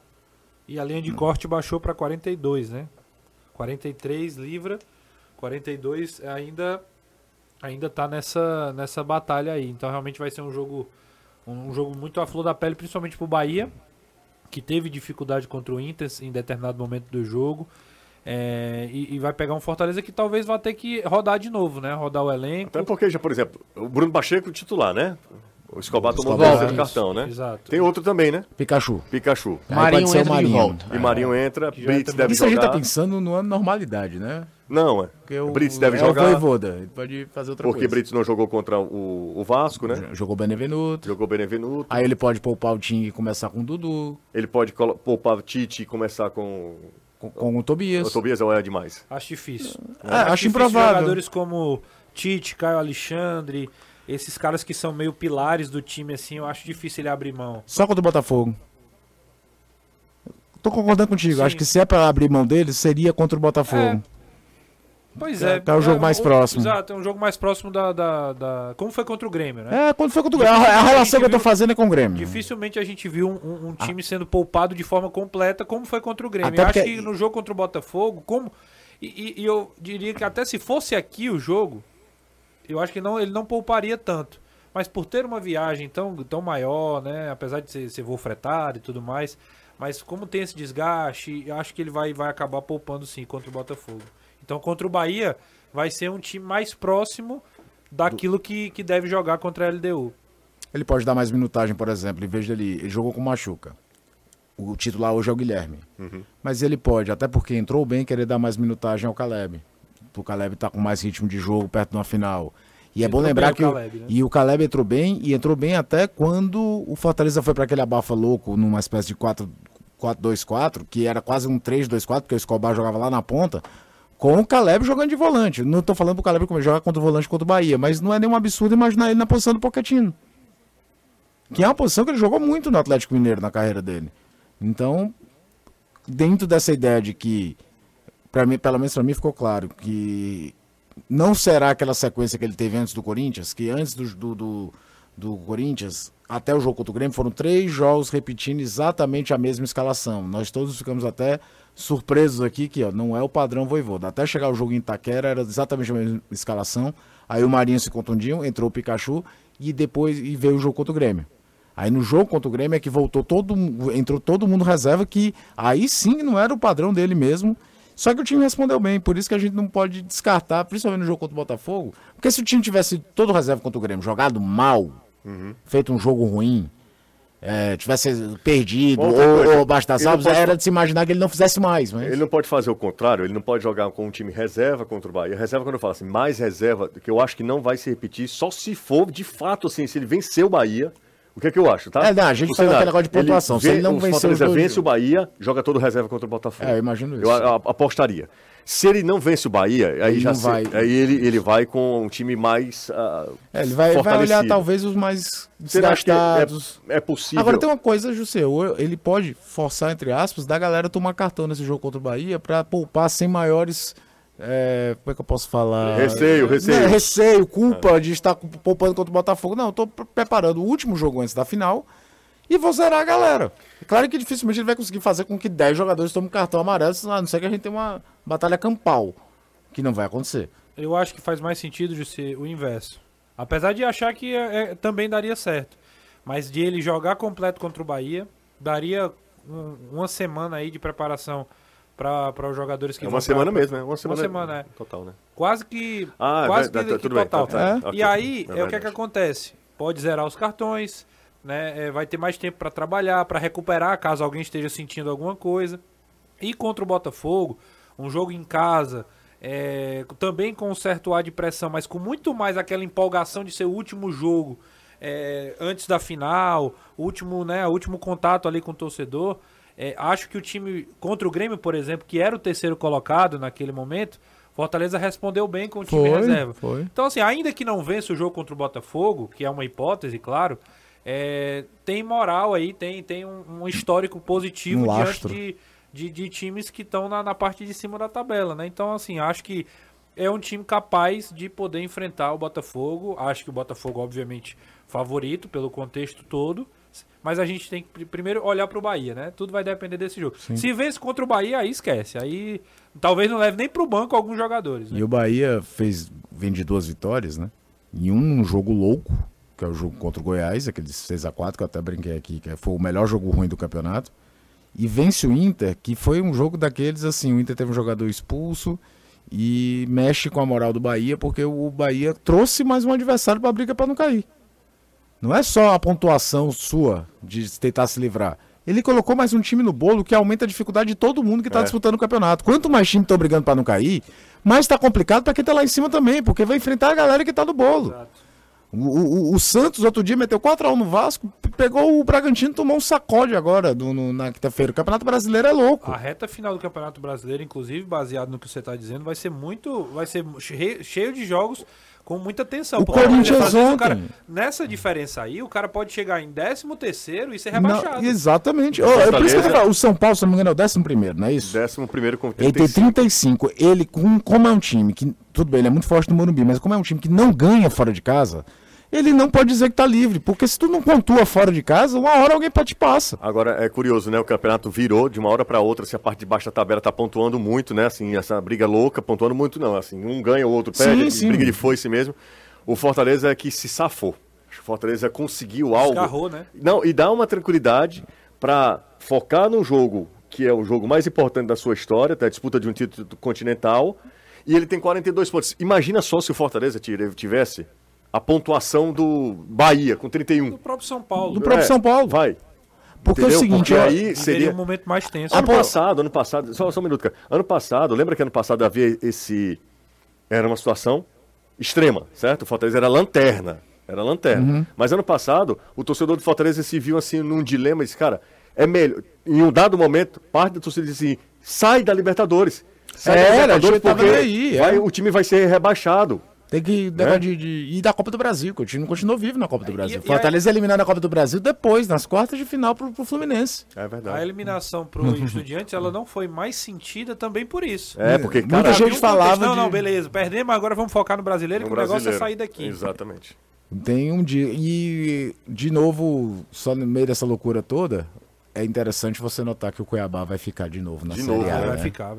[SPEAKER 6] E a linha de corte baixou para 42, né? 43 livra, 42 ainda tá nessa batalha aí. Então realmente vai ser um jogo muito à flor da pele, principalmente pro Bahia, que teve dificuldade contra o Inter em determinado momento do jogo. E vai pegar um Fortaleza que talvez vá ter que rodar de novo, né? Rodar o elenco.
[SPEAKER 1] Até porque, já, por exemplo, o Bruno Pacheco titular, né? O Escobar tomou
[SPEAKER 7] Escobar,
[SPEAKER 1] o terceiro
[SPEAKER 6] isso,
[SPEAKER 1] cartão, né?
[SPEAKER 6] exato.
[SPEAKER 1] Tem outro também, né?
[SPEAKER 7] Pikachu.
[SPEAKER 1] Pikachu.
[SPEAKER 7] Aí
[SPEAKER 4] Marinho
[SPEAKER 7] pode ser o
[SPEAKER 4] entra de
[SPEAKER 7] Marinho.
[SPEAKER 4] volta.
[SPEAKER 1] E Marinho entra,
[SPEAKER 6] já
[SPEAKER 1] Brits
[SPEAKER 6] entra
[SPEAKER 1] deve
[SPEAKER 7] Isso a gente tá
[SPEAKER 1] jogar.
[SPEAKER 7] pensando numa normalidade, né?
[SPEAKER 1] Não,
[SPEAKER 7] Porque o
[SPEAKER 1] Brits deve
[SPEAKER 7] é
[SPEAKER 1] jogar.
[SPEAKER 7] o Voivoda, ele pode fazer outra
[SPEAKER 1] Porque
[SPEAKER 7] coisa.
[SPEAKER 1] Brits não jogou contra o Vasco, né?
[SPEAKER 7] Jogou Benevenuto.
[SPEAKER 1] Jogou Benevenuto.
[SPEAKER 7] Aí ele pode poupar o time e começar com o Dudu,
[SPEAKER 1] Ele pode poupar o Tite e começar com
[SPEAKER 7] com o Tobias.
[SPEAKER 1] o Tobias, ou é demais?
[SPEAKER 6] Acho difícil.
[SPEAKER 7] Acho
[SPEAKER 6] difícil
[SPEAKER 7] improvável.
[SPEAKER 6] Jogadores como Tite, Caio Alexandre, esses caras que são meio pilares do time, assim, eu acho difícil ele abrir mão.
[SPEAKER 7] Só contra o Botafogo. Tô concordando contigo.
[SPEAKER 6] Sim.
[SPEAKER 7] Acho que se é pra abrir mão dele, seria contra o Botafogo.
[SPEAKER 6] Pois
[SPEAKER 7] É o jogo mais próximo.
[SPEAKER 6] Exato, é um jogo mais próximo da. Como foi contra o Grêmio, né?
[SPEAKER 7] É, quando foi contra o Grêmio. A relação que eu tô fazendo é com o Grêmio.
[SPEAKER 6] Dificilmente a gente viu um time sendo poupado de forma completa, como foi contra o Grêmio.
[SPEAKER 7] Até
[SPEAKER 6] Eu acho
[SPEAKER 7] porque-
[SPEAKER 6] que no jogo contra o Botafogo, e eu diria que até se fosse aqui o jogo, eu acho que ele não pouparia tanto. Mas por ter uma viagem tão maior, né? Apesar de ser voo fretado e tudo mais, mas como tem esse desgaste, eu acho que ele vai acabar poupando sim contra o Botafogo. Então contra o Bahia vai ser um time mais próximo daquilo que deve jogar contra a LDU.
[SPEAKER 7] Ele pode dar mais minutagem, por exemplo, em vez dele. Ele jogou com o Machuca. O titular hoje é o Guilherme. Mas ele pode, até porque entrou bem, querer dar mais minutagem ao Caleb. O Caleb tá com mais ritmo de jogo perto de uma final. E é bom
[SPEAKER 6] Entrou
[SPEAKER 7] lembrar
[SPEAKER 6] bem
[SPEAKER 7] que
[SPEAKER 6] o Caleb, né?
[SPEAKER 7] e o Caleb entrou bem, e entrou bem até quando o Fortaleza foi para aquele abafa louco, numa espécie de 4-2-4, que era quase um 3-2-4, porque o Escobar jogava lá na ponta, com o Caleb jogando de volante. Não tô falando pro Caleb como ele joga contra o volante contra o Bahia, mas não é nenhum absurdo imaginar ele na posição do Pochettino. Que é uma posição que ele jogou muito no Atlético Mineiro na carreira dele. Então, dentro dessa ideia de que, pelo menos para mim ficou claro, que não será aquela sequência que ele teve antes do Corinthians, que antes do Corinthians, até o jogo contra o Grêmio, foram 3 jogos repetindo exatamente a mesma escalação. Nós todos ficamos até surpresos aqui, que não é o padrão Voivoda. Até chegar o jogo em Itaquera, era exatamente a mesma escalação. Aí o Marinho se contundiu, entrou o Pikachu e depois veio o jogo contra o Grêmio. Aí no jogo contra o Grêmio é que entrou todo mundo reserva, que aí sim não era o padrão dele mesmo. Só que o time respondeu bem, por isso que a gente não pode descartar, principalmente no jogo contra o Botafogo, porque se o time tivesse todo reserva contra o Grêmio, jogado mal, feito um jogo ruim, tivesse perdido ou bastasse, era de se imaginar que ele não fizesse mais. Mas...
[SPEAKER 1] Ele não pode fazer o contrário, ele não pode jogar com um time reserva contra o Bahia. Reserva, quando eu falo assim, mais reserva, que eu acho que não vai se repetir, só se for, de fato, assim, se ele vencer o Bahia. O que é que eu acho, tá?
[SPEAKER 7] Não, a gente fala aquele negócio de pontuação. Se ele não vencer
[SPEAKER 1] Fortaleza vence o Bahia, joga todo reserva contra o Botafogo.
[SPEAKER 7] Eu imagino isso.
[SPEAKER 1] Eu apostaria. Se ele não vence o Bahia, aí ele vai com um time mais
[SPEAKER 7] ele vai olhar talvez os mais desgastados.
[SPEAKER 1] É possível.
[SPEAKER 7] Agora tem uma coisa, José, ele pode forçar, entre aspas, da galera tomar cartão nesse jogo contra o Bahia para poupar sem maiores... como é que eu posso falar? Receio, culpa de estar poupando contra o Botafogo. Não, eu tô preparando o último jogo antes da final e vou zerar a galera. É claro que dificilmente ele vai conseguir fazer com que 10 jogadores tomem cartão amarelo, a não ser que a gente tenha uma batalha campal, que não vai acontecer.
[SPEAKER 6] Eu acho que faz mais sentido de ser o inverso. Apesar de achar que também daria certo. Mas de ele jogar completo contra o Bahia, daria uma semana aí de preparação para os jogadores que vão...
[SPEAKER 1] Uma semana mesmo, né? Uma
[SPEAKER 6] semana, é.
[SPEAKER 1] Total, né?
[SPEAKER 6] Quase que
[SPEAKER 1] tudo bem,
[SPEAKER 6] total.
[SPEAKER 1] tá.
[SPEAKER 6] E aí, o que acontece? Pode zerar os cartões, né? Vai ter mais tempo para trabalhar, para recuperar, caso alguém esteja sentindo alguma coisa. E contra o Botafogo, um jogo em casa, também com um certo ar de pressão, mas com muito mais aquela empolgação de ser o último jogo, antes da final, o último contato ali com o torcedor. Acho que o time contra o Grêmio, por exemplo, que era o terceiro colocado naquele momento, Fortaleza respondeu bem com o time reserva. Então, assim, ainda que não vença o jogo contra o Botafogo, que é uma hipótese, claro, tem moral aí, tem um histórico positivo diante de times que estão na parte de cima da tabela, né? Então, assim, acho que é um time capaz de poder enfrentar o Botafogo. Acho que o Botafogo, obviamente, favorito pelo contexto todo. Mas a gente tem que primeiro olhar para o Bahia, né? Tudo vai depender desse jogo. Sim. Se vence contra o Bahia, aí esquece. Aí talvez não leve nem para o banco alguns jogadores. Né?
[SPEAKER 7] E o Bahia vem de 2 vitórias, né? Em um jogo louco, que é o jogo contra o Goiás, aquele 6-4, que eu até brinquei aqui, que foi o melhor jogo ruim do campeonato. E vence o Inter, que foi um jogo daqueles, assim, o Inter teve um jogador expulso e mexe com a moral do Bahia, porque o Bahia trouxe mais um adversário para a briga para não cair. Não é só a pontuação sua de tentar se livrar. Ele colocou mais um time no bolo que aumenta a dificuldade de todo mundo que está disputando o campeonato. Quanto mais time estão brigando para não cair, mais está complicado para quem está lá em cima também, porque vai enfrentar a galera que está no bolo.
[SPEAKER 6] Exato.
[SPEAKER 7] O Santos, outro dia, meteu 4-1 no Vasco, pegou o Bragantino e tomou um sacode agora na quinta-feira. O Campeonato Brasileiro é louco.
[SPEAKER 6] A reta final do Campeonato Brasileiro, inclusive, baseado no que você está dizendo, vai ser cheio de jogos com muita tensão.
[SPEAKER 7] O Corinthians
[SPEAKER 6] às vezes,
[SPEAKER 7] ontem.
[SPEAKER 6] Nessa diferença aí, o cara pode chegar em 13º e ser rebaixado.
[SPEAKER 7] Não, exatamente. É por isso que eu tô falando, o São Paulo, se não me engano, é o 11º, não é isso?
[SPEAKER 1] 11º com 35.
[SPEAKER 7] Ele tem 35. Ele, como é um time que, tudo bem, ele é muito forte no Morumbi, mas como é um time que não ganha fora de casa, ele não pode dizer que tá livre, porque se tu não pontua fora de casa, uma hora alguém te passa.
[SPEAKER 1] Agora, é curioso, né? O campeonato virou de uma hora para outra, se a parte de baixo da tabela tá pontuando muito, né? Assim, essa briga louca, pontuando muito não, assim, um ganha, o outro perde,
[SPEAKER 7] Sim.
[SPEAKER 1] briga de foice mesmo. O Fortaleza é que se safou. O Fortaleza conseguiu algo.
[SPEAKER 6] Desgarrou, né?
[SPEAKER 1] Não, e dá uma tranquilidade para focar no jogo, que é o jogo mais importante da sua história, da disputa de um título continental, e ele tem 42 pontos. Imagina só se o Fortaleza tivesse a pontuação do Bahia, com 31.
[SPEAKER 6] Do próprio São Paulo.
[SPEAKER 7] Do próprio São Paulo.
[SPEAKER 1] Vai.
[SPEAKER 7] Porque
[SPEAKER 1] Entendeu?
[SPEAKER 7] é o seguinte,
[SPEAKER 1] porque aí
[SPEAKER 6] Seria
[SPEAKER 1] seria
[SPEAKER 6] um momento mais tenso.
[SPEAKER 1] Ano passado, só um minuto, cara. Ano passado, lembra que ano passado havia era uma situação extrema, certo? O Fortaleza era lanterna. Mas ano passado, o torcedor do Fortaleza se viu assim num dilema e disse, cara, é melhor. Em um dado momento, parte da torcida disse assim, sai da Libertadores. Sai da Libertadores porque o time vai ser rebaixado.
[SPEAKER 7] Tem que ir da Copa do Brasil, que o time continuou vivo na Copa do Brasil.
[SPEAKER 6] E
[SPEAKER 7] Fortaleza eliminado na Copa do Brasil depois, nas quartas de final pro Fluminense.
[SPEAKER 1] É verdade.
[SPEAKER 6] A eliminação pro Estudiantes, ela não foi mais sentida também por isso.
[SPEAKER 1] Porque,
[SPEAKER 7] muita
[SPEAKER 1] cara,
[SPEAKER 7] gente falava
[SPEAKER 6] Não, beleza, perdemos, agora vamos focar no brasileiro, que o negócio é sair daqui.
[SPEAKER 1] Exatamente.
[SPEAKER 7] Tem um dia. E, de novo, só no meio dessa loucura toda, é interessante você notar que o Cuiabá vai ficar de novo na Série A.
[SPEAKER 6] Vai
[SPEAKER 7] né?
[SPEAKER 6] ficar.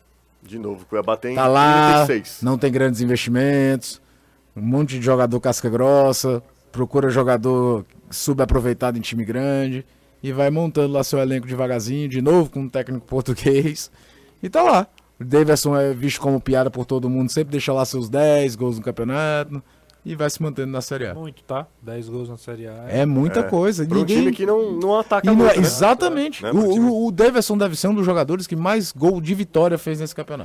[SPEAKER 1] De novo, o Cuiabá tem
[SPEAKER 7] Tá lá,
[SPEAKER 1] 36.
[SPEAKER 7] não tem grandes investimentos, um monte de jogador casca grossa, procura jogador subaproveitado em time grande e vai montando lá seu elenco devagarzinho, de novo com um técnico português, e tá lá. O Davidson é visto como piada por todo mundo, sempre deixa lá seus 10 gols no campeonato e vai se mantendo na Série A.
[SPEAKER 6] Muito, tá? 10 gols na Série A.
[SPEAKER 7] É muita coisa.
[SPEAKER 1] Para um time que não ataca
[SPEAKER 7] E
[SPEAKER 1] muito, né?
[SPEAKER 7] exatamente.
[SPEAKER 1] Né?
[SPEAKER 7] O Davidson deve ser um dos jogadores que mais gol de vitória fez nesse campeonato.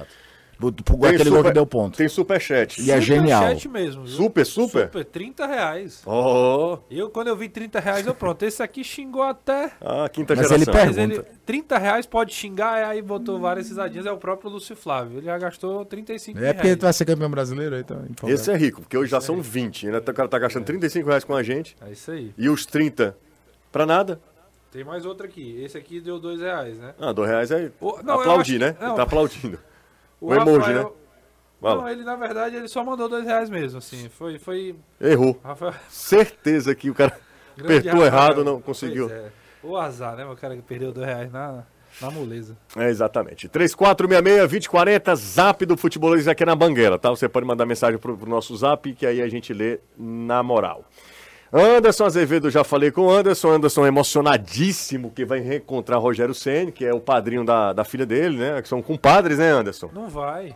[SPEAKER 7] Aquele gol que deu ponto.
[SPEAKER 1] Tem superchat.
[SPEAKER 7] E é genial.
[SPEAKER 6] Superchat mesmo, viu?
[SPEAKER 1] Super?
[SPEAKER 6] R$30.
[SPEAKER 1] Oh,
[SPEAKER 6] Quando eu vi R$30, pronto. Esse aqui xingou até.
[SPEAKER 1] quinta
[SPEAKER 7] Mas
[SPEAKER 1] geração.
[SPEAKER 7] ele
[SPEAKER 6] Mas ele,
[SPEAKER 7] pergunta.
[SPEAKER 6] R$30 pode xingar, aí botou várias risadinhas. É o próprio Lúcio Flávio. Ele já gastou R$35.
[SPEAKER 7] É porque tu vai ser campeão brasileiro aí, tá?
[SPEAKER 1] Esse é rico, porque hoje já são 20, né? O cara tá gastando R$35 com a gente.
[SPEAKER 6] É isso aí.
[SPEAKER 1] E os 30 pra nada.
[SPEAKER 6] Tem mais outro aqui. Esse aqui deu R$2, né?
[SPEAKER 1] R$2 é
[SPEAKER 6] Não, eu
[SPEAKER 1] aplaudir,
[SPEAKER 6] acho-
[SPEAKER 1] né?
[SPEAKER 6] não.
[SPEAKER 1] Ele tá aplaudindo.
[SPEAKER 6] O
[SPEAKER 1] emoji,
[SPEAKER 6] Rafael-
[SPEAKER 1] né? Fala.
[SPEAKER 6] Não, ele na verdade ele só mandou R$2 mesmo, assim. Foi.
[SPEAKER 1] Errou.
[SPEAKER 6] Rafael.
[SPEAKER 1] Certeza que o cara
[SPEAKER 6] Grande
[SPEAKER 1] apertou
[SPEAKER 6] Rafael.
[SPEAKER 1] errado, não conseguiu.
[SPEAKER 6] Pois é. O azar, né? O cara que perdeu R$2 na moleza.
[SPEAKER 1] É, exatamente. 3466-2040, zap do Futebolês aqui na Banguela, tá? Você pode mandar mensagem pro nosso zap, que aí a gente lê na moral. Anderson Azevedo, já falei com o Anderson emocionadíssimo que vai reencontrar Rogério Ceni, que é o padrinho da filha dele, né? Que são compadres, né, Anderson?
[SPEAKER 6] Não vai.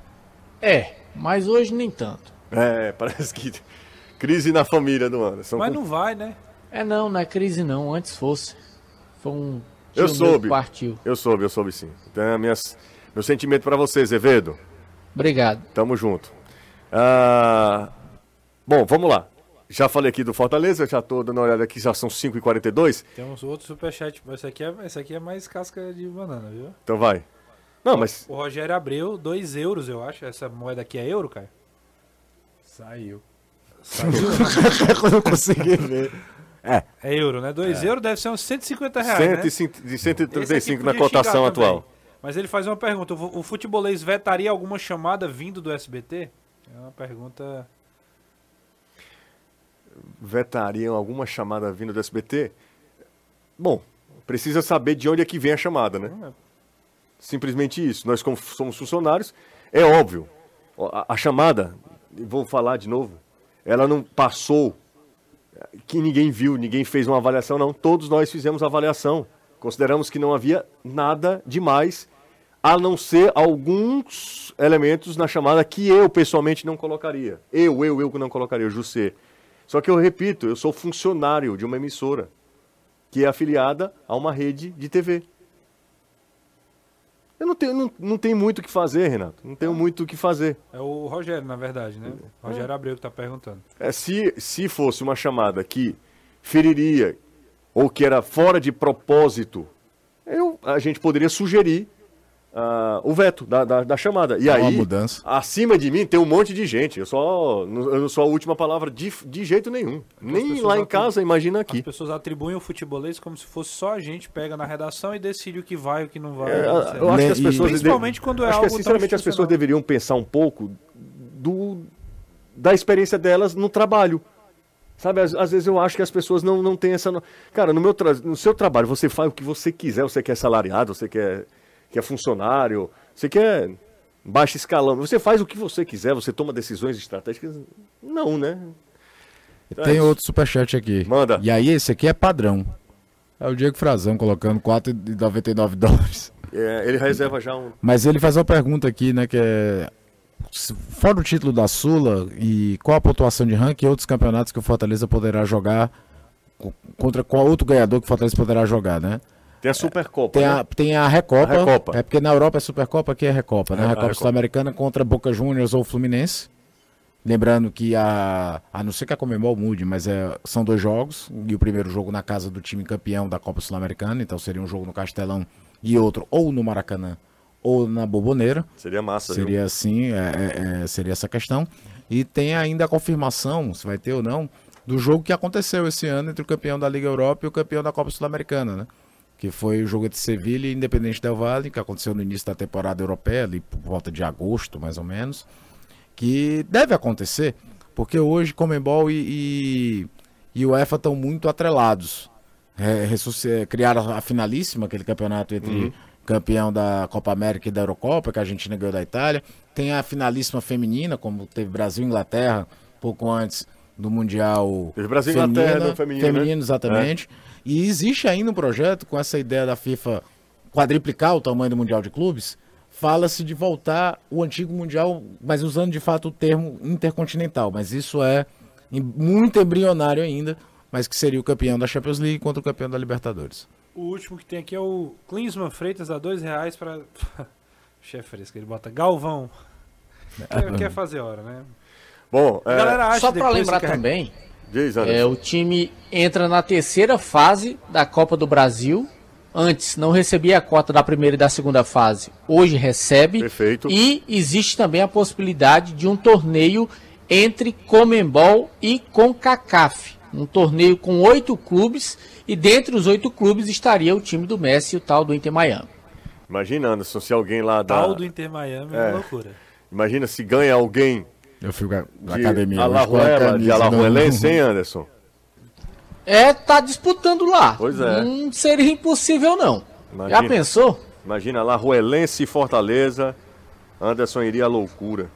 [SPEAKER 4] Mas hoje nem tanto.
[SPEAKER 1] É, parece que crise na família do Anderson.
[SPEAKER 6] Mas não vai, né?
[SPEAKER 4] Não é crise não, antes fosse. Foi um
[SPEAKER 1] Eu
[SPEAKER 4] tio meu
[SPEAKER 1] soube.
[SPEAKER 4] que partiu.
[SPEAKER 1] Eu soube sim. Então, meu sentimento pra você, Azevedo.
[SPEAKER 4] Obrigado.
[SPEAKER 1] Tamo junto. Bom, vamos lá. Já falei aqui do Fortaleza, já tô dando uma olhada aqui, já são 5h42.
[SPEAKER 6] Temos outro superchat. Esse aqui é mais casca de banana, viu?
[SPEAKER 1] Então vai. Não, mas
[SPEAKER 6] O Rogério Abreu, 2 euros, eu acho. Essa moeda aqui é euro, Caio?
[SPEAKER 7] Saiu. Eu não consegui ver.
[SPEAKER 6] É euro, né? 2 euros deve ser uns R$150, né? Esse aqui
[SPEAKER 1] 135 na
[SPEAKER 6] podia
[SPEAKER 1] cotação
[SPEAKER 6] xingar
[SPEAKER 1] atual.
[SPEAKER 6] também. Mas ele faz uma pergunta. O futebolês vetaria alguma chamada vindo do SBT? É uma pergunta...
[SPEAKER 1] Vetariam alguma chamada vindo do SBT? Bom, precisa saber de onde é que vem a chamada, né? Simplesmente isso. Nós, como somos funcionários, é óbvio. A chamada, vou falar de novo, ela não passou, que ninguém viu, ninguém fez uma avaliação, não. Todos nós fizemos a avaliação. Consideramos que não havia nada demais, a não ser alguns elementos na chamada que eu, pessoalmente, não colocaria. Eu que não colocaria, o Jussê. Só que eu repito, eu sou funcionário de uma emissora que é afiliada a uma rede de TV. Eu não tenho muito o que fazer, Renato. Não tenho muito o que fazer.
[SPEAKER 6] É o Rogério, na verdade, né? Rogério Abreu que tá perguntando.
[SPEAKER 1] Se fosse uma chamada que feriria ou que era fora de propósito, a gente poderia sugerir o veto da chamada. E aí,
[SPEAKER 7] mudança.
[SPEAKER 1] acima de mim tem um monte de gente. Eu não sou a última palavra de jeito nenhum. Nem lá em casa, imagina aqui.
[SPEAKER 6] As pessoas atribuem o futebolês como se fosse só a gente, pega na redação e decide o que vai e o que não vai.
[SPEAKER 1] Eu acho que as pessoas...
[SPEAKER 6] Principalmente quando é algo
[SPEAKER 1] sinceramente, as pessoas deveriam pensar um pouco da experiência delas no trabalho. Sabe, às vezes eu acho que as pessoas não têm essa... Cara, no seu trabalho, você faz o que você quiser. Você quer salariado, você quer funcionário, você quer baixo escalão. Você faz o que você quiser, você toma decisões estratégicas. Não, né? Então
[SPEAKER 7] tem outro superchat aqui.
[SPEAKER 1] Manda.
[SPEAKER 7] E aí, esse aqui é padrão. É o Diego Frazão colocando $4,99.
[SPEAKER 1] Ele reserva já um...
[SPEAKER 7] Mas ele faz uma pergunta aqui, né, que é... Fora o título da Sula, e qual a pontuação de ranking e outros campeonatos que o Fortaleza poderá jogar, contra qual outro ganhador que o Fortaleza poderá jogar, né?
[SPEAKER 1] Tem a Supercopa, né?
[SPEAKER 7] Tem a Recopa.
[SPEAKER 1] A Recopa.
[SPEAKER 7] É porque na Europa é Supercopa, aqui é Recopa, né? A Recopa Sul-Americana contra Boca Juniors ou Fluminense. Lembrando que a não ser que a Conmebol mude, mas são 2 jogos. E o primeiro jogo na casa do time campeão da Copa Sul-Americana. Então seria um jogo no Castelão e outro ou no Maracanã ou na Boboneira.
[SPEAKER 1] Seria massa,
[SPEAKER 7] seria assim, seria essa questão. E tem ainda a confirmação, se vai ter ou não, do jogo que aconteceu esse ano entre o campeão da Liga Europa e o campeão da Copa Sul-Americana, né? Que foi o jogo entre Sevilha e Independente Del Valle, que aconteceu no início da temporada europeia, ali por volta de agosto, mais ou menos, que deve acontecer, porque hoje Conmebol e UEFA estão muito atrelados. Criaram a finalíssima, aquele campeonato entre campeão da Copa América e da Eurocopa, que a Argentina ganhou da Itália. Tem a finalíssima feminina, como teve Brasil e Inglaterra, pouco antes do Mundial
[SPEAKER 1] Brasil e Inglaterra feminino, né?
[SPEAKER 7] Exatamente. E existe ainda um projeto com essa ideia da FIFA quadriplicar o tamanho do Mundial de Clubes. Fala-se de voltar o antigo Mundial, mas usando de fato o termo intercontinental. Mas isso é muito embrionário ainda, mas que seria o campeão da Champions League contra o campeão da Libertadores.
[SPEAKER 6] O último que tem aqui é o Klinsmann Freitas, dá R$2 para... Chefe fresco, ele bota Galvão. Quer fazer hora, né?
[SPEAKER 1] Bom,
[SPEAKER 6] galera acha
[SPEAKER 4] só para lembrar também, o time entra na terceira fase da Copa do Brasil. Antes não recebia a cota da primeira e da segunda fase, hoje recebe.
[SPEAKER 1] Perfeito.
[SPEAKER 4] E existe também a possibilidade de um torneio entre Conmebol e CONCACAF. Um torneio com 8 clubes, e dentre os 8 clubes estaria o time do Messi e o tal do Inter Miami.
[SPEAKER 1] Imagina, Anderson, se alguém lá da...
[SPEAKER 6] Tal do Inter Miami é uma loucura.
[SPEAKER 1] Imagina se ganha alguém...
[SPEAKER 7] Eu fui na academia.
[SPEAKER 1] De Alajuelense, hein, Anderson?
[SPEAKER 4] Tá disputando lá.
[SPEAKER 1] Pois é.
[SPEAKER 4] Não seria impossível, não.
[SPEAKER 1] Imagina,
[SPEAKER 4] já pensou?
[SPEAKER 1] Imagina, Alajuelense e Fortaleza. Anderson iria à loucura.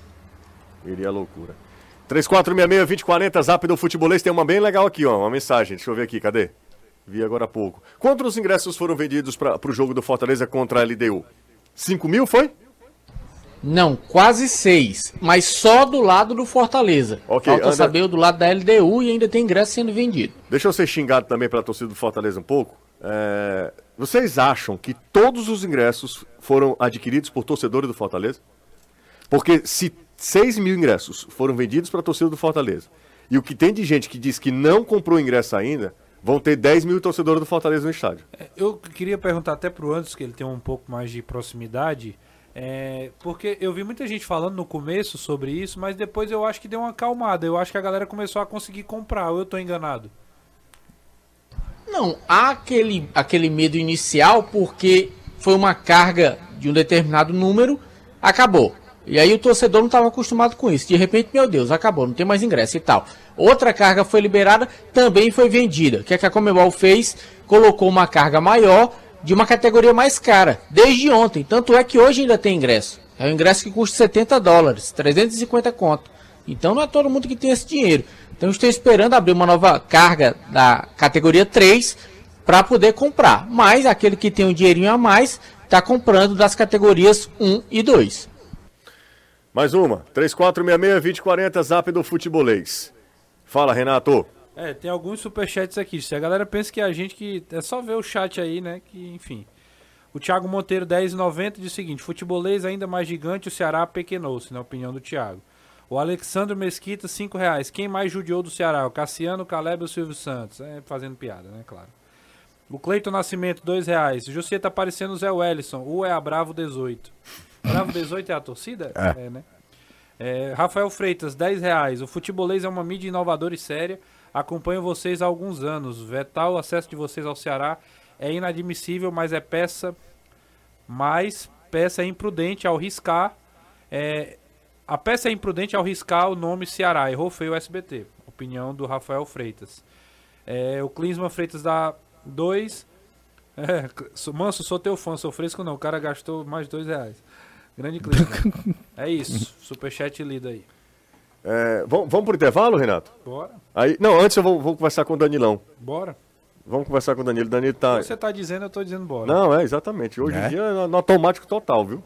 [SPEAKER 1] 3466-2040, Zap do Futebolês. Tem uma bem legal aqui, ó. Uma mensagem. Deixa eu ver aqui, cadê? Vi agora há pouco. Quantos ingressos foram vendidos para o jogo do Fortaleza contra a LDU? 5 mil, foi?
[SPEAKER 4] Não, quase 6, mas só do lado do Fortaleza. Falta saber o do lado da LDU e ainda tem ingresso sendo vendido.
[SPEAKER 1] Deixa eu ser xingado também pela torcida do Fortaleza um pouco. Vocês acham que todos os ingressos foram adquiridos por torcedores do Fortaleza? Porque se 6 mil ingressos foram vendidos para a torcida do Fortaleza, e o que tem de gente que diz que não comprou ingresso ainda, vão ter 10 mil torcedores do Fortaleza no estádio.
[SPEAKER 6] Eu queria perguntar até pro Anderson, que ele tem um pouco mais de proximidade... porque eu vi muita gente falando no começo sobre isso, mas depois eu acho que deu uma acalmada. Eu acho que a galera começou a conseguir comprar, ou eu tô enganado?
[SPEAKER 4] Não, há aquele medo inicial, porque foi uma carga de um determinado número, acabou. E aí o torcedor não estava acostumado com isso. De repente, meu Deus, acabou, não tem mais ingresso e tal. Outra carga foi liberada, também foi vendida. O que a Conmebol fez? Colocou uma carga maior de uma categoria mais cara, desde ontem. Tanto é que hoje ainda tem ingresso. É um ingresso que custa $70, 350 conto. Então não é todo mundo que tem esse dinheiro. Então estou esperando abrir uma nova carga da categoria 3 para poder comprar. Mas aquele que tem um dinheirinho a mais está comprando das categorias 1 e 2.
[SPEAKER 1] Mais uma, 3466-2040, Zap do Futebolês. Fala, Renato.
[SPEAKER 6] Tem alguns superchats aqui. Se a galera pensa que a gente que... É só ver o chat aí, né? Que, enfim. O Thiago Monteiro, 10,90, diz o seguinte: futebolês ainda mais gigante, o Ceará pequenou-se, na opinião do Thiago. O Alexandre Mesquita, R$5. Quem mais judiou do Ceará? O Cassiano, o Caleb ou o Silvio Santos? Fazendo piada, né? Claro. O Cleiton Nascimento, R$2. O José tá parecendo o Zé Wellison. O é a Bravo 18. Bravo 18 é a torcida? Né? Rafael Freitas, R$10. O futebolês é uma mídia inovadora e séria. Acompanho vocês há alguns anos. Vetar o acesso de vocês ao Ceará é inadmissível, mas peça é imprudente ao riscar. A peça é imprudente ao riscar o nome Ceará. Errou feio o SBT. Opinião do Rafael Freitas. O Clinsman Freitas dá 2. Manso, sou teu fã, sou fresco não. O cara gastou mais R$2. Grande Clinsman. É isso. Superchat lido aí.
[SPEAKER 1] Vamos pro intervalo, Renato?
[SPEAKER 6] Bora.
[SPEAKER 1] Não, antes eu vou conversar com o Danilão.
[SPEAKER 6] Bora.
[SPEAKER 1] Vamos conversar com o Danilo. Danilo tá...
[SPEAKER 6] Você tá dizendo, eu tô dizendo bora.
[SPEAKER 1] Não, exatamente. Hoje em dia é no automático total, viu?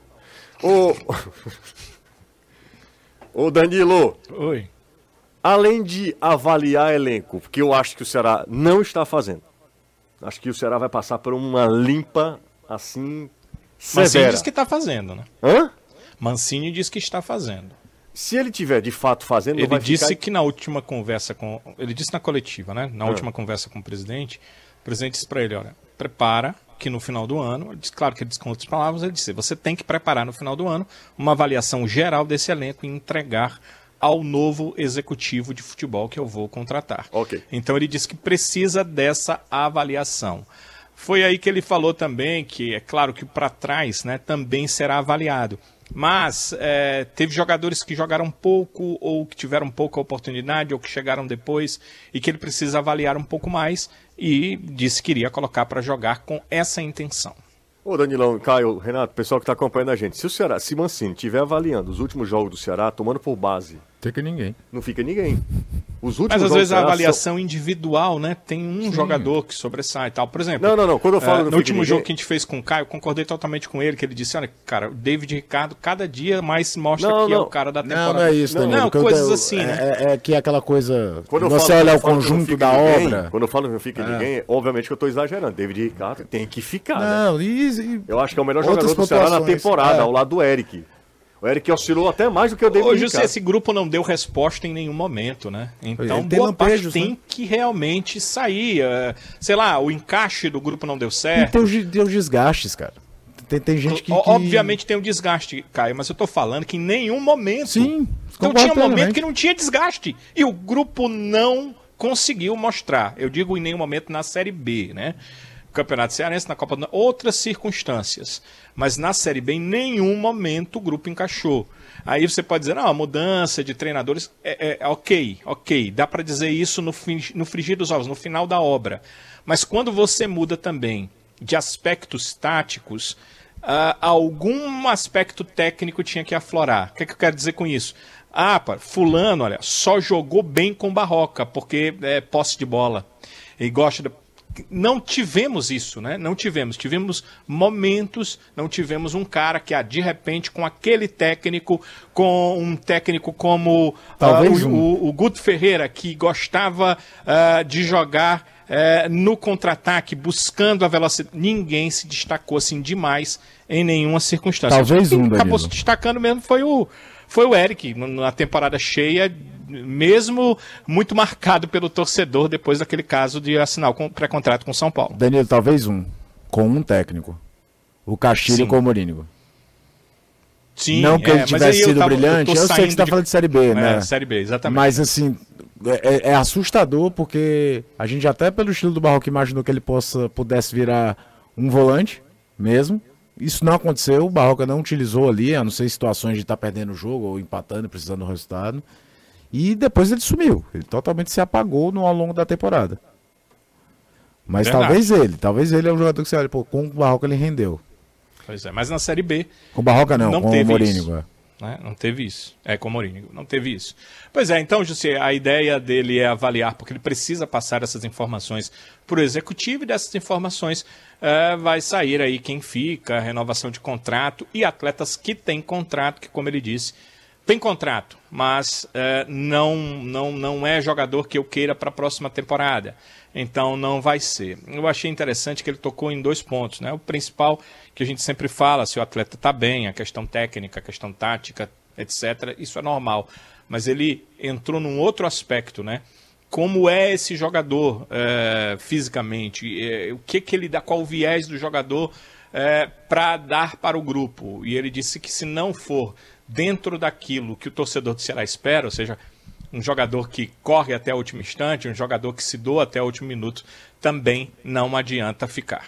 [SPEAKER 1] Ô Danilo.
[SPEAKER 5] Oi.
[SPEAKER 1] Além de avaliar elenco, porque eu acho que o Ceará não está fazendo. Acho que o Ceará vai passar por uma limpa, assim, severa.
[SPEAKER 5] Mancini diz que está fazendo, né?
[SPEAKER 1] Hã?
[SPEAKER 5] Mancini diz que está fazendo.
[SPEAKER 1] Se ele tiver de fato fazendo,
[SPEAKER 5] ele
[SPEAKER 1] vai
[SPEAKER 5] disse
[SPEAKER 1] ficar...
[SPEAKER 5] que na última conversa com... Ele disse na coletiva, né? Na última conversa com o presidente disse para ele, olha, prepara que no final do ano, ele disse, claro que ele disse com outras palavras, ele disse, você tem que preparar no final do ano uma avaliação geral desse elenco e entregar ao novo executivo de futebol que eu vou contratar.
[SPEAKER 1] Okay.
[SPEAKER 5] Então ele disse que precisa dessa avaliação. Foi aí que ele falou também que é claro que para trás, né, também será avaliado. Mas teve jogadores que jogaram pouco ou que tiveram pouca oportunidade ou que chegaram depois e que ele precisa avaliar um pouco mais e disse que iria colocar para jogar com essa intenção.
[SPEAKER 1] Ô Danilão, Caio, Renato, pessoal que está acompanhando a gente, se o Ceará, se Mancini estiver avaliando os últimos jogos do Ceará, tomando por base...
[SPEAKER 7] Fica ninguém.
[SPEAKER 1] Não fica ninguém. Os últimos
[SPEAKER 5] Mas às
[SPEAKER 1] jogos
[SPEAKER 5] vezes a
[SPEAKER 1] Ceará
[SPEAKER 5] avaliação individual, né? Tem um jogador que sobressai e tal. Por exemplo,
[SPEAKER 1] não. Quando eu falo
[SPEAKER 5] no último jogo que a gente fez com o Caio, eu concordei totalmente com ele, que ele disse, olha, cara, o David Ricardo cada dia mais mostra que é o cara da temporada.
[SPEAKER 7] Não é isso, Danilo.
[SPEAKER 5] Não, coisas assim, né?
[SPEAKER 7] É que é aquela coisa...
[SPEAKER 1] Quando
[SPEAKER 7] você olhar o conjunto da obra...
[SPEAKER 1] Quando eu falo que não fica ninguém, obviamente que eu estou exagerando. David Ricardo tem que ficar,
[SPEAKER 7] não,
[SPEAKER 1] né? Eu acho que é o melhor jogador do Ceará na temporada, ao lado do Eric. O Eric oscilou até mais do que o David Ricardo.
[SPEAKER 5] Hoje esse grupo não deu resposta em nenhum momento, né? Então
[SPEAKER 7] boa parte
[SPEAKER 5] tem que realmente sair. Sei lá, o encaixe do grupo não deu certo.
[SPEAKER 7] E tem os desgastes, cara. Tem gente que...
[SPEAKER 5] Obviamente tem um desgaste, Caio, mas eu tô falando que em nenhum momento...
[SPEAKER 7] Sim,
[SPEAKER 5] então tinha um momento que não tinha desgaste. E o grupo não conseguiu mostrar. Eu digo em nenhum momento na Série B, né? Campeonato Cearense, na Copa do Nordeste, outras circunstâncias. Mas na Série B, em nenhum momento o grupo encaixou. Aí você pode dizer, não, a mudança de treinadores ok, dá para dizer isso no frigir dos ovos, no final da obra. Mas quando você muda também de aspectos táticos, algum aspecto técnico tinha que aflorar. O que eu quero dizer com isso? Fulano, olha, só jogou bem com Barroca, porque é posse de bola. E gosta de... Não tivemos isso, né? Não tivemos. Tivemos momentos, não tivemos um cara que, de repente, com aquele técnico, com um técnico como o Guto Ferreira, que gostava de jogar no contra-ataque, buscando a velocidade. Ninguém se destacou assim demais em nenhuma circunstância.
[SPEAKER 7] Talvez
[SPEAKER 5] Quem acabou
[SPEAKER 7] Danilo.
[SPEAKER 5] se destacando mesmo foi o Eric, na temporada cheia, mesmo muito marcado pelo torcedor depois daquele caso de assinar o pré-contrato com o São Paulo.
[SPEAKER 7] Danilo, talvez com um técnico. O Castilho com o Morínigo.
[SPEAKER 5] Sim,
[SPEAKER 7] não que ele tivesse sido brilhante, eu sei que você está falando de Série B, né?
[SPEAKER 5] Série B, exatamente.
[SPEAKER 7] Mas assim, é assustador porque a gente até pelo estilo do Barroca imaginou que ele pudesse virar um volante mesmo. Isso não aconteceu, o Barroca não utilizou ali, a não ser situações de estar perdendo o jogo ou empatando, precisando do resultado. E depois ele sumiu, ele totalmente se apagou ao longo da temporada. Mas talvez ele é um jogador que você olha, pô, com o Barroca ele rendeu.
[SPEAKER 5] Pois é, mas na Série B...
[SPEAKER 7] Com o Barroca não com o Morínigo.
[SPEAKER 5] Né? Não teve isso. Com o Morínigo, não teve isso. Pois é, então, José, a ideia dele é avaliar, porque ele precisa passar essas informações para o executivo e dessas informações vai sair aí quem fica, renovação de contrato e atletas que têm contrato, que como ele disse, tem contrato, mas não é jogador que eu queira para a próxima temporada. Então não vai ser. Eu achei interessante que ele tocou em 2 pontos, né? O principal que a gente sempre fala, se o atleta está bem, a questão técnica, a questão tática, etc. Isso é normal. Mas ele entrou num outro aspecto, né? Como é esse jogador fisicamente? O que ele dá, qual o viés do jogador para dar para o grupo? E ele disse que se não for dentro daquilo que o torcedor do Ceará espera, ou seja, um jogador que corre até o último instante, um jogador que se doa até o último minuto, também não adianta ficar.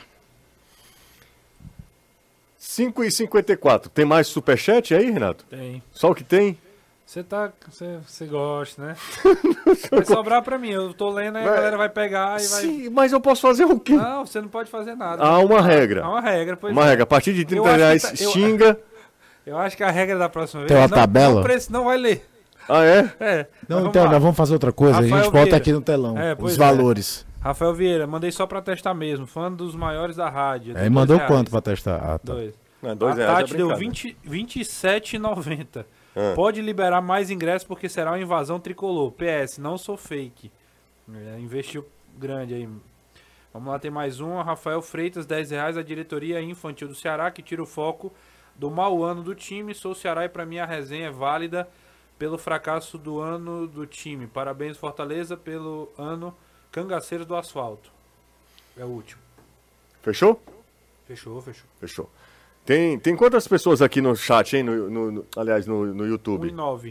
[SPEAKER 1] 5h54. Tem mais superchat aí, Renato?
[SPEAKER 6] Tem.
[SPEAKER 1] Só o que tem?
[SPEAKER 6] Você gosta, né? Vai sobrar pra mim. Eu tô lendo, aí a galera vai pegar e vai...
[SPEAKER 1] Sim, mas eu posso fazer o quê?
[SPEAKER 6] Não, você não pode fazer nada.
[SPEAKER 1] Há uma regra.
[SPEAKER 6] Há uma regra, pois
[SPEAKER 1] Uma regra. A partir de R$30 xinga.
[SPEAKER 6] Eu acho que a regra da próxima vez...
[SPEAKER 7] Tem uma tabela?
[SPEAKER 6] Não, preço não vai ler.
[SPEAKER 1] Ah, é?
[SPEAKER 6] É.
[SPEAKER 7] Não, então, nós vamos fazer outra coisa.
[SPEAKER 6] Rafael
[SPEAKER 7] a gente bota
[SPEAKER 6] Vieira.
[SPEAKER 7] aqui no telão
[SPEAKER 6] Pois
[SPEAKER 7] os valores.
[SPEAKER 6] Rafael Vieira, mandei só pra testar mesmo. Fã dos maiores da rádio.
[SPEAKER 7] Aí mandou quanto pra testar? Ah, tá.
[SPEAKER 6] 2.
[SPEAKER 1] Não,
[SPEAKER 6] A
[SPEAKER 1] R$2
[SPEAKER 6] Tati
[SPEAKER 1] é
[SPEAKER 6] deu
[SPEAKER 1] brincadeira.
[SPEAKER 6] R$27,90. Pode liberar mais ingressos porque será uma invasão tricolor. PS, não sou fake. Investiu grande aí. Vamos lá, tem mais um. Rafael Freitas, R$10. A diretoria infantil do Ceará, que tira o foco do mau ano do time. Sou Ceará e pra mim a resenha é válida pelo fracasso do ano do time. Parabéns, Fortaleza, pelo ano Cangaceiros do Asfalto. É o último.
[SPEAKER 1] Fechou?
[SPEAKER 6] Fechou.
[SPEAKER 1] Fechou. Tem quantas pessoas aqui no chat, hein? Aliás, no YouTube?
[SPEAKER 6] 1,9.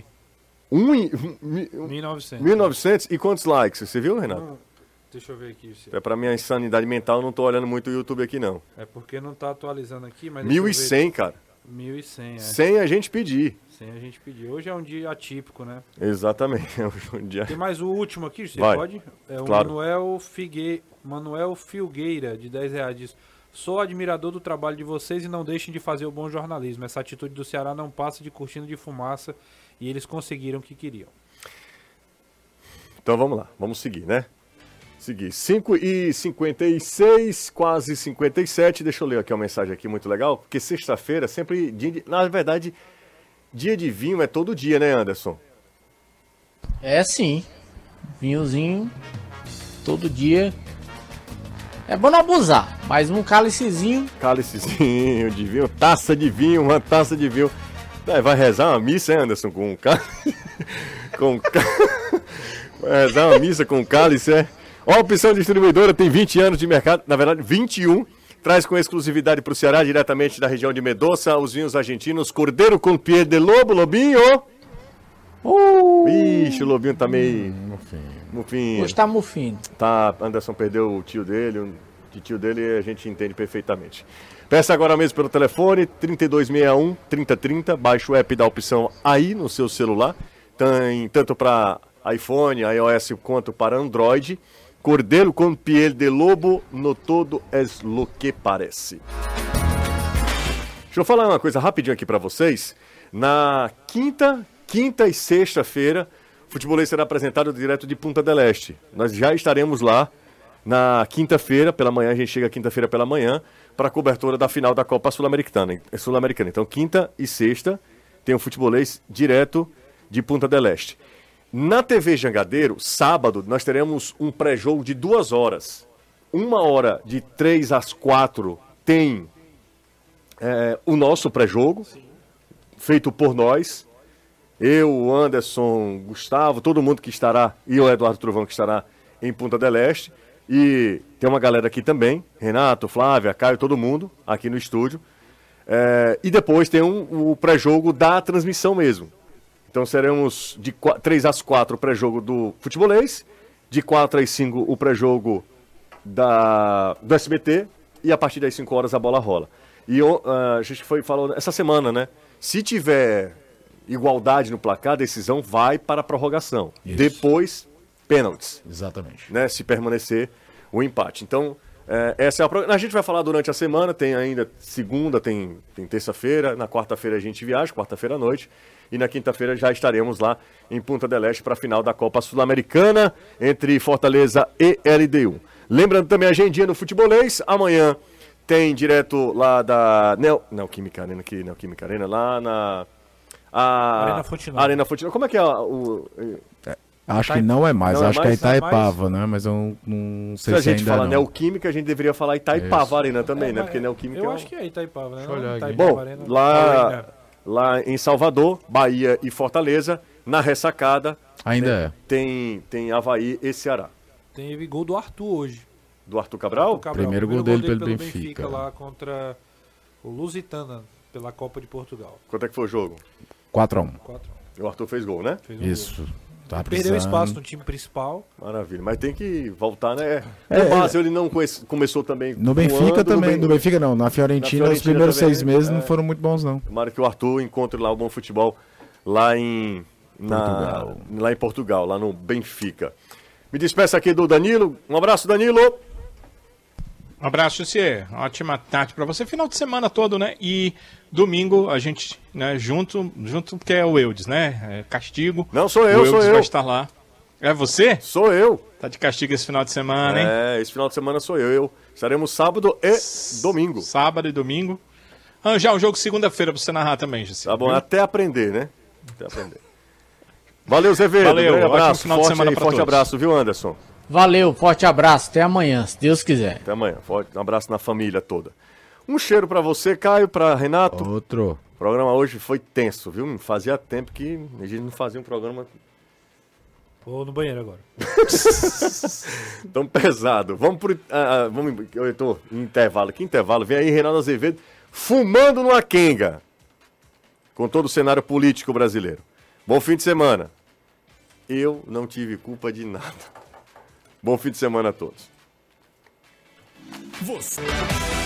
[SPEAKER 6] 1.900.
[SPEAKER 1] 1.900? E quantos likes? Você viu, Renato?
[SPEAKER 6] Deixa eu ver aqui.
[SPEAKER 1] É pra minha insanidade mental, eu não tô olhando muito o YouTube aqui, não.
[SPEAKER 6] É porque não tá atualizando aqui, mas...
[SPEAKER 1] 1.100, cara.
[SPEAKER 6] 1.100, é.
[SPEAKER 1] Sem a gente pedir.
[SPEAKER 6] Sem a gente pedir. Hoje é um dia atípico, né?
[SPEAKER 1] Exatamente. É um dia...
[SPEAKER 6] Tem mais o último aqui, você
[SPEAKER 1] Vai.
[SPEAKER 6] pode? É o
[SPEAKER 1] Claro.
[SPEAKER 6] Manuel Filgueira, de R$10. Diz: sou admirador do trabalho de vocês e não deixem de fazer o bom jornalismo. Essa atitude do Ceará não passa de cortina de fumaça e eles conseguiram o que queriam.
[SPEAKER 1] Então vamos lá, vamos seguir, né? Seguir. 5h56, quase 57. Deixa eu ler aqui uma mensagem aqui muito legal, porque sexta-feira sempre, na verdade, dia de vinho é todo dia, né, Anderson?
[SPEAKER 4] É sim. Vinhozinho todo dia. É bom não abusar, mas um cálicezinho.
[SPEAKER 1] Cálicezinho de vinho, taça de vinho, uma taça de vinho. Vai rezar uma missa, hein, Anderson, com um cálice? Vai rezar uma missa com um cálice, é? Ó, Opção Distribuidora tem 20 anos de mercado, na verdade 21. Traz com exclusividade para o Ceará, diretamente da região de Mendoza, os vinhos argentinos Cordeiro com Pie de Lobo, Lobinho. Ixi, o Lobinho tá meio... Mufinho.
[SPEAKER 4] Hoje tá mufino.
[SPEAKER 1] Tá, Anderson perdeu o tio dele, a gente entende perfeitamente. Peça agora mesmo pelo telefone, 3261-3030, baixe o app da Opção aí no seu celular, tem tanto para iPhone, iOS quanto para Android. Cordeiro com piel de lobo, no todo es lo que parece. Deixa eu falar uma coisa rapidinho aqui para vocês. Na quinta e sexta-feira, o Futebolês será apresentado direto de Punta del Este. Nós já estaremos lá na quinta-feira, pela manhã, a gente chega quinta-feira pela manhã, para a cobertura da final da Copa Sul-Americana. Então, quinta e sexta, tem o Futebolês direto de Punta del Este. Na TV Jangadeiro, sábado, nós teremos um pré-jogo de 2 horas. 1 hora de 3 às 4 tem o nosso pré-jogo, feito por nós. Eu, o Anderson, Gustavo, todo mundo que estará, e o Eduardo Trovão que estará em Punta del Este. E tem uma galera aqui também, Renato, Flávia, Caio, todo mundo aqui no estúdio. E depois tem o pré-jogo da transmissão mesmo. Então seremos de 3 às 4 o pré-jogo do Futebolês, de 4 às 5 o pré-jogo do SBT e a partir das 5 horas a bola rola. E a gente falou essa semana, né? Se tiver igualdade no placar, a decisão vai para a prorrogação.
[SPEAKER 7] Isso.
[SPEAKER 1] Depois, pênaltis.
[SPEAKER 7] Exatamente.
[SPEAKER 1] Né? Se permanecer o empate. Então, essa é a gente vai falar durante a semana, tem ainda segunda, tem terça-feira, na quarta-feira a gente viaja, quarta-feira à noite. E na quinta-feira já estaremos lá em Punta del Este para a final da Copa Sul-Americana entre Fortaleza e LDU. Lembrando também a agendinha no Futebolês. Amanhã tem direto lá da Neoquímica Arena, lá
[SPEAKER 6] Arena Fonte Nova.
[SPEAKER 1] Arena Fonte Nova. Como é que é
[SPEAKER 7] Acho que não é mais,
[SPEAKER 1] Não é
[SPEAKER 7] acho que é
[SPEAKER 1] mais?
[SPEAKER 7] Itaipava, né? Mas eu não
[SPEAKER 1] se
[SPEAKER 7] sei
[SPEAKER 1] a
[SPEAKER 7] se
[SPEAKER 1] gente
[SPEAKER 7] ainda
[SPEAKER 1] fala
[SPEAKER 7] não.
[SPEAKER 1] Neoquímica, a gente deveria falar Itaipava Arena também, né? Porque Neoquímica
[SPEAKER 6] Eu acho que é Itaipava, né?
[SPEAKER 7] Deixa eu olhar aqui.
[SPEAKER 6] Itaipava
[SPEAKER 1] Bom,
[SPEAKER 6] Arena.
[SPEAKER 1] lá em Salvador, Bahia e Fortaleza, na ressacada,
[SPEAKER 7] Ainda
[SPEAKER 1] tem Avaí e Ceará.
[SPEAKER 6] Teve gol do Arthur hoje.
[SPEAKER 1] Do Arthur Cabral?
[SPEAKER 7] Primeiro gol dele pelo Benfica.
[SPEAKER 6] Lá contra o Lusitana, pela Copa de Portugal.
[SPEAKER 1] Quanto é que foi o jogo?
[SPEAKER 7] 4-1.
[SPEAKER 6] 4-1.
[SPEAKER 1] O Arthur fez gol, né?
[SPEAKER 6] Fez um
[SPEAKER 7] Isso. Tá
[SPEAKER 6] Perdeu
[SPEAKER 7] precisando.
[SPEAKER 6] espaço no time principal.
[SPEAKER 1] Maravilha. Mas tem que voltar, né? No Basel ele não começou também
[SPEAKER 7] No Benfica
[SPEAKER 1] voando,
[SPEAKER 7] também, no Benfica não, na Fiorentina, os primeiros
[SPEAKER 1] também,
[SPEAKER 7] 6 meses não foram muito bons não.
[SPEAKER 1] Tomara que o Arthur encontre lá o bom futebol lá em Portugal, lá no Benfica. Me despeço aqui do Danilo. Um abraço, Danilo.
[SPEAKER 5] Um abraço, Jussier. Ótima tarde para você. Final de semana todo, né? E domingo a gente, né, junto porque é o Eudes, né? É castigo.
[SPEAKER 1] Não, sou eu,
[SPEAKER 5] o Eudes
[SPEAKER 1] sou eu.
[SPEAKER 5] vai estar lá. É você?
[SPEAKER 1] Sou eu.
[SPEAKER 5] Tá de castigo esse final de semana, hein?
[SPEAKER 1] Esse final de semana sou eu. Estaremos sábado e domingo.
[SPEAKER 5] Sábado e domingo. Já um jogo segunda-feira pra você narrar também, Jussier.
[SPEAKER 1] Tá bom, até aprender, né? Até aprender. Valeu, Zevedo.
[SPEAKER 5] Valeu,
[SPEAKER 1] Grande
[SPEAKER 5] ótimo
[SPEAKER 1] abraço.
[SPEAKER 5] final de semana pra
[SPEAKER 1] Forte
[SPEAKER 5] todos.
[SPEAKER 1] abraço, viu, Anderson?
[SPEAKER 4] Valeu, forte abraço, até amanhã, se Deus quiser.
[SPEAKER 1] Até amanhã. Um abraço na família toda. Um cheiro pra você, Caio, pra Renato.
[SPEAKER 7] Outro.
[SPEAKER 1] O programa hoje foi tenso, viu? Fazia tempo que a gente não fazia um programa
[SPEAKER 6] Vou no banheiro agora.
[SPEAKER 1] tão pesado. Vamos pro... eu tô em intervalo. Que intervalo? Vem aí Reinaldo Azevedo fumando numa quenga. Com todo o cenário político brasileiro. Bom fim de semana. Eu não tive culpa de nada. Bom fim de semana a todos.
[SPEAKER 3] Você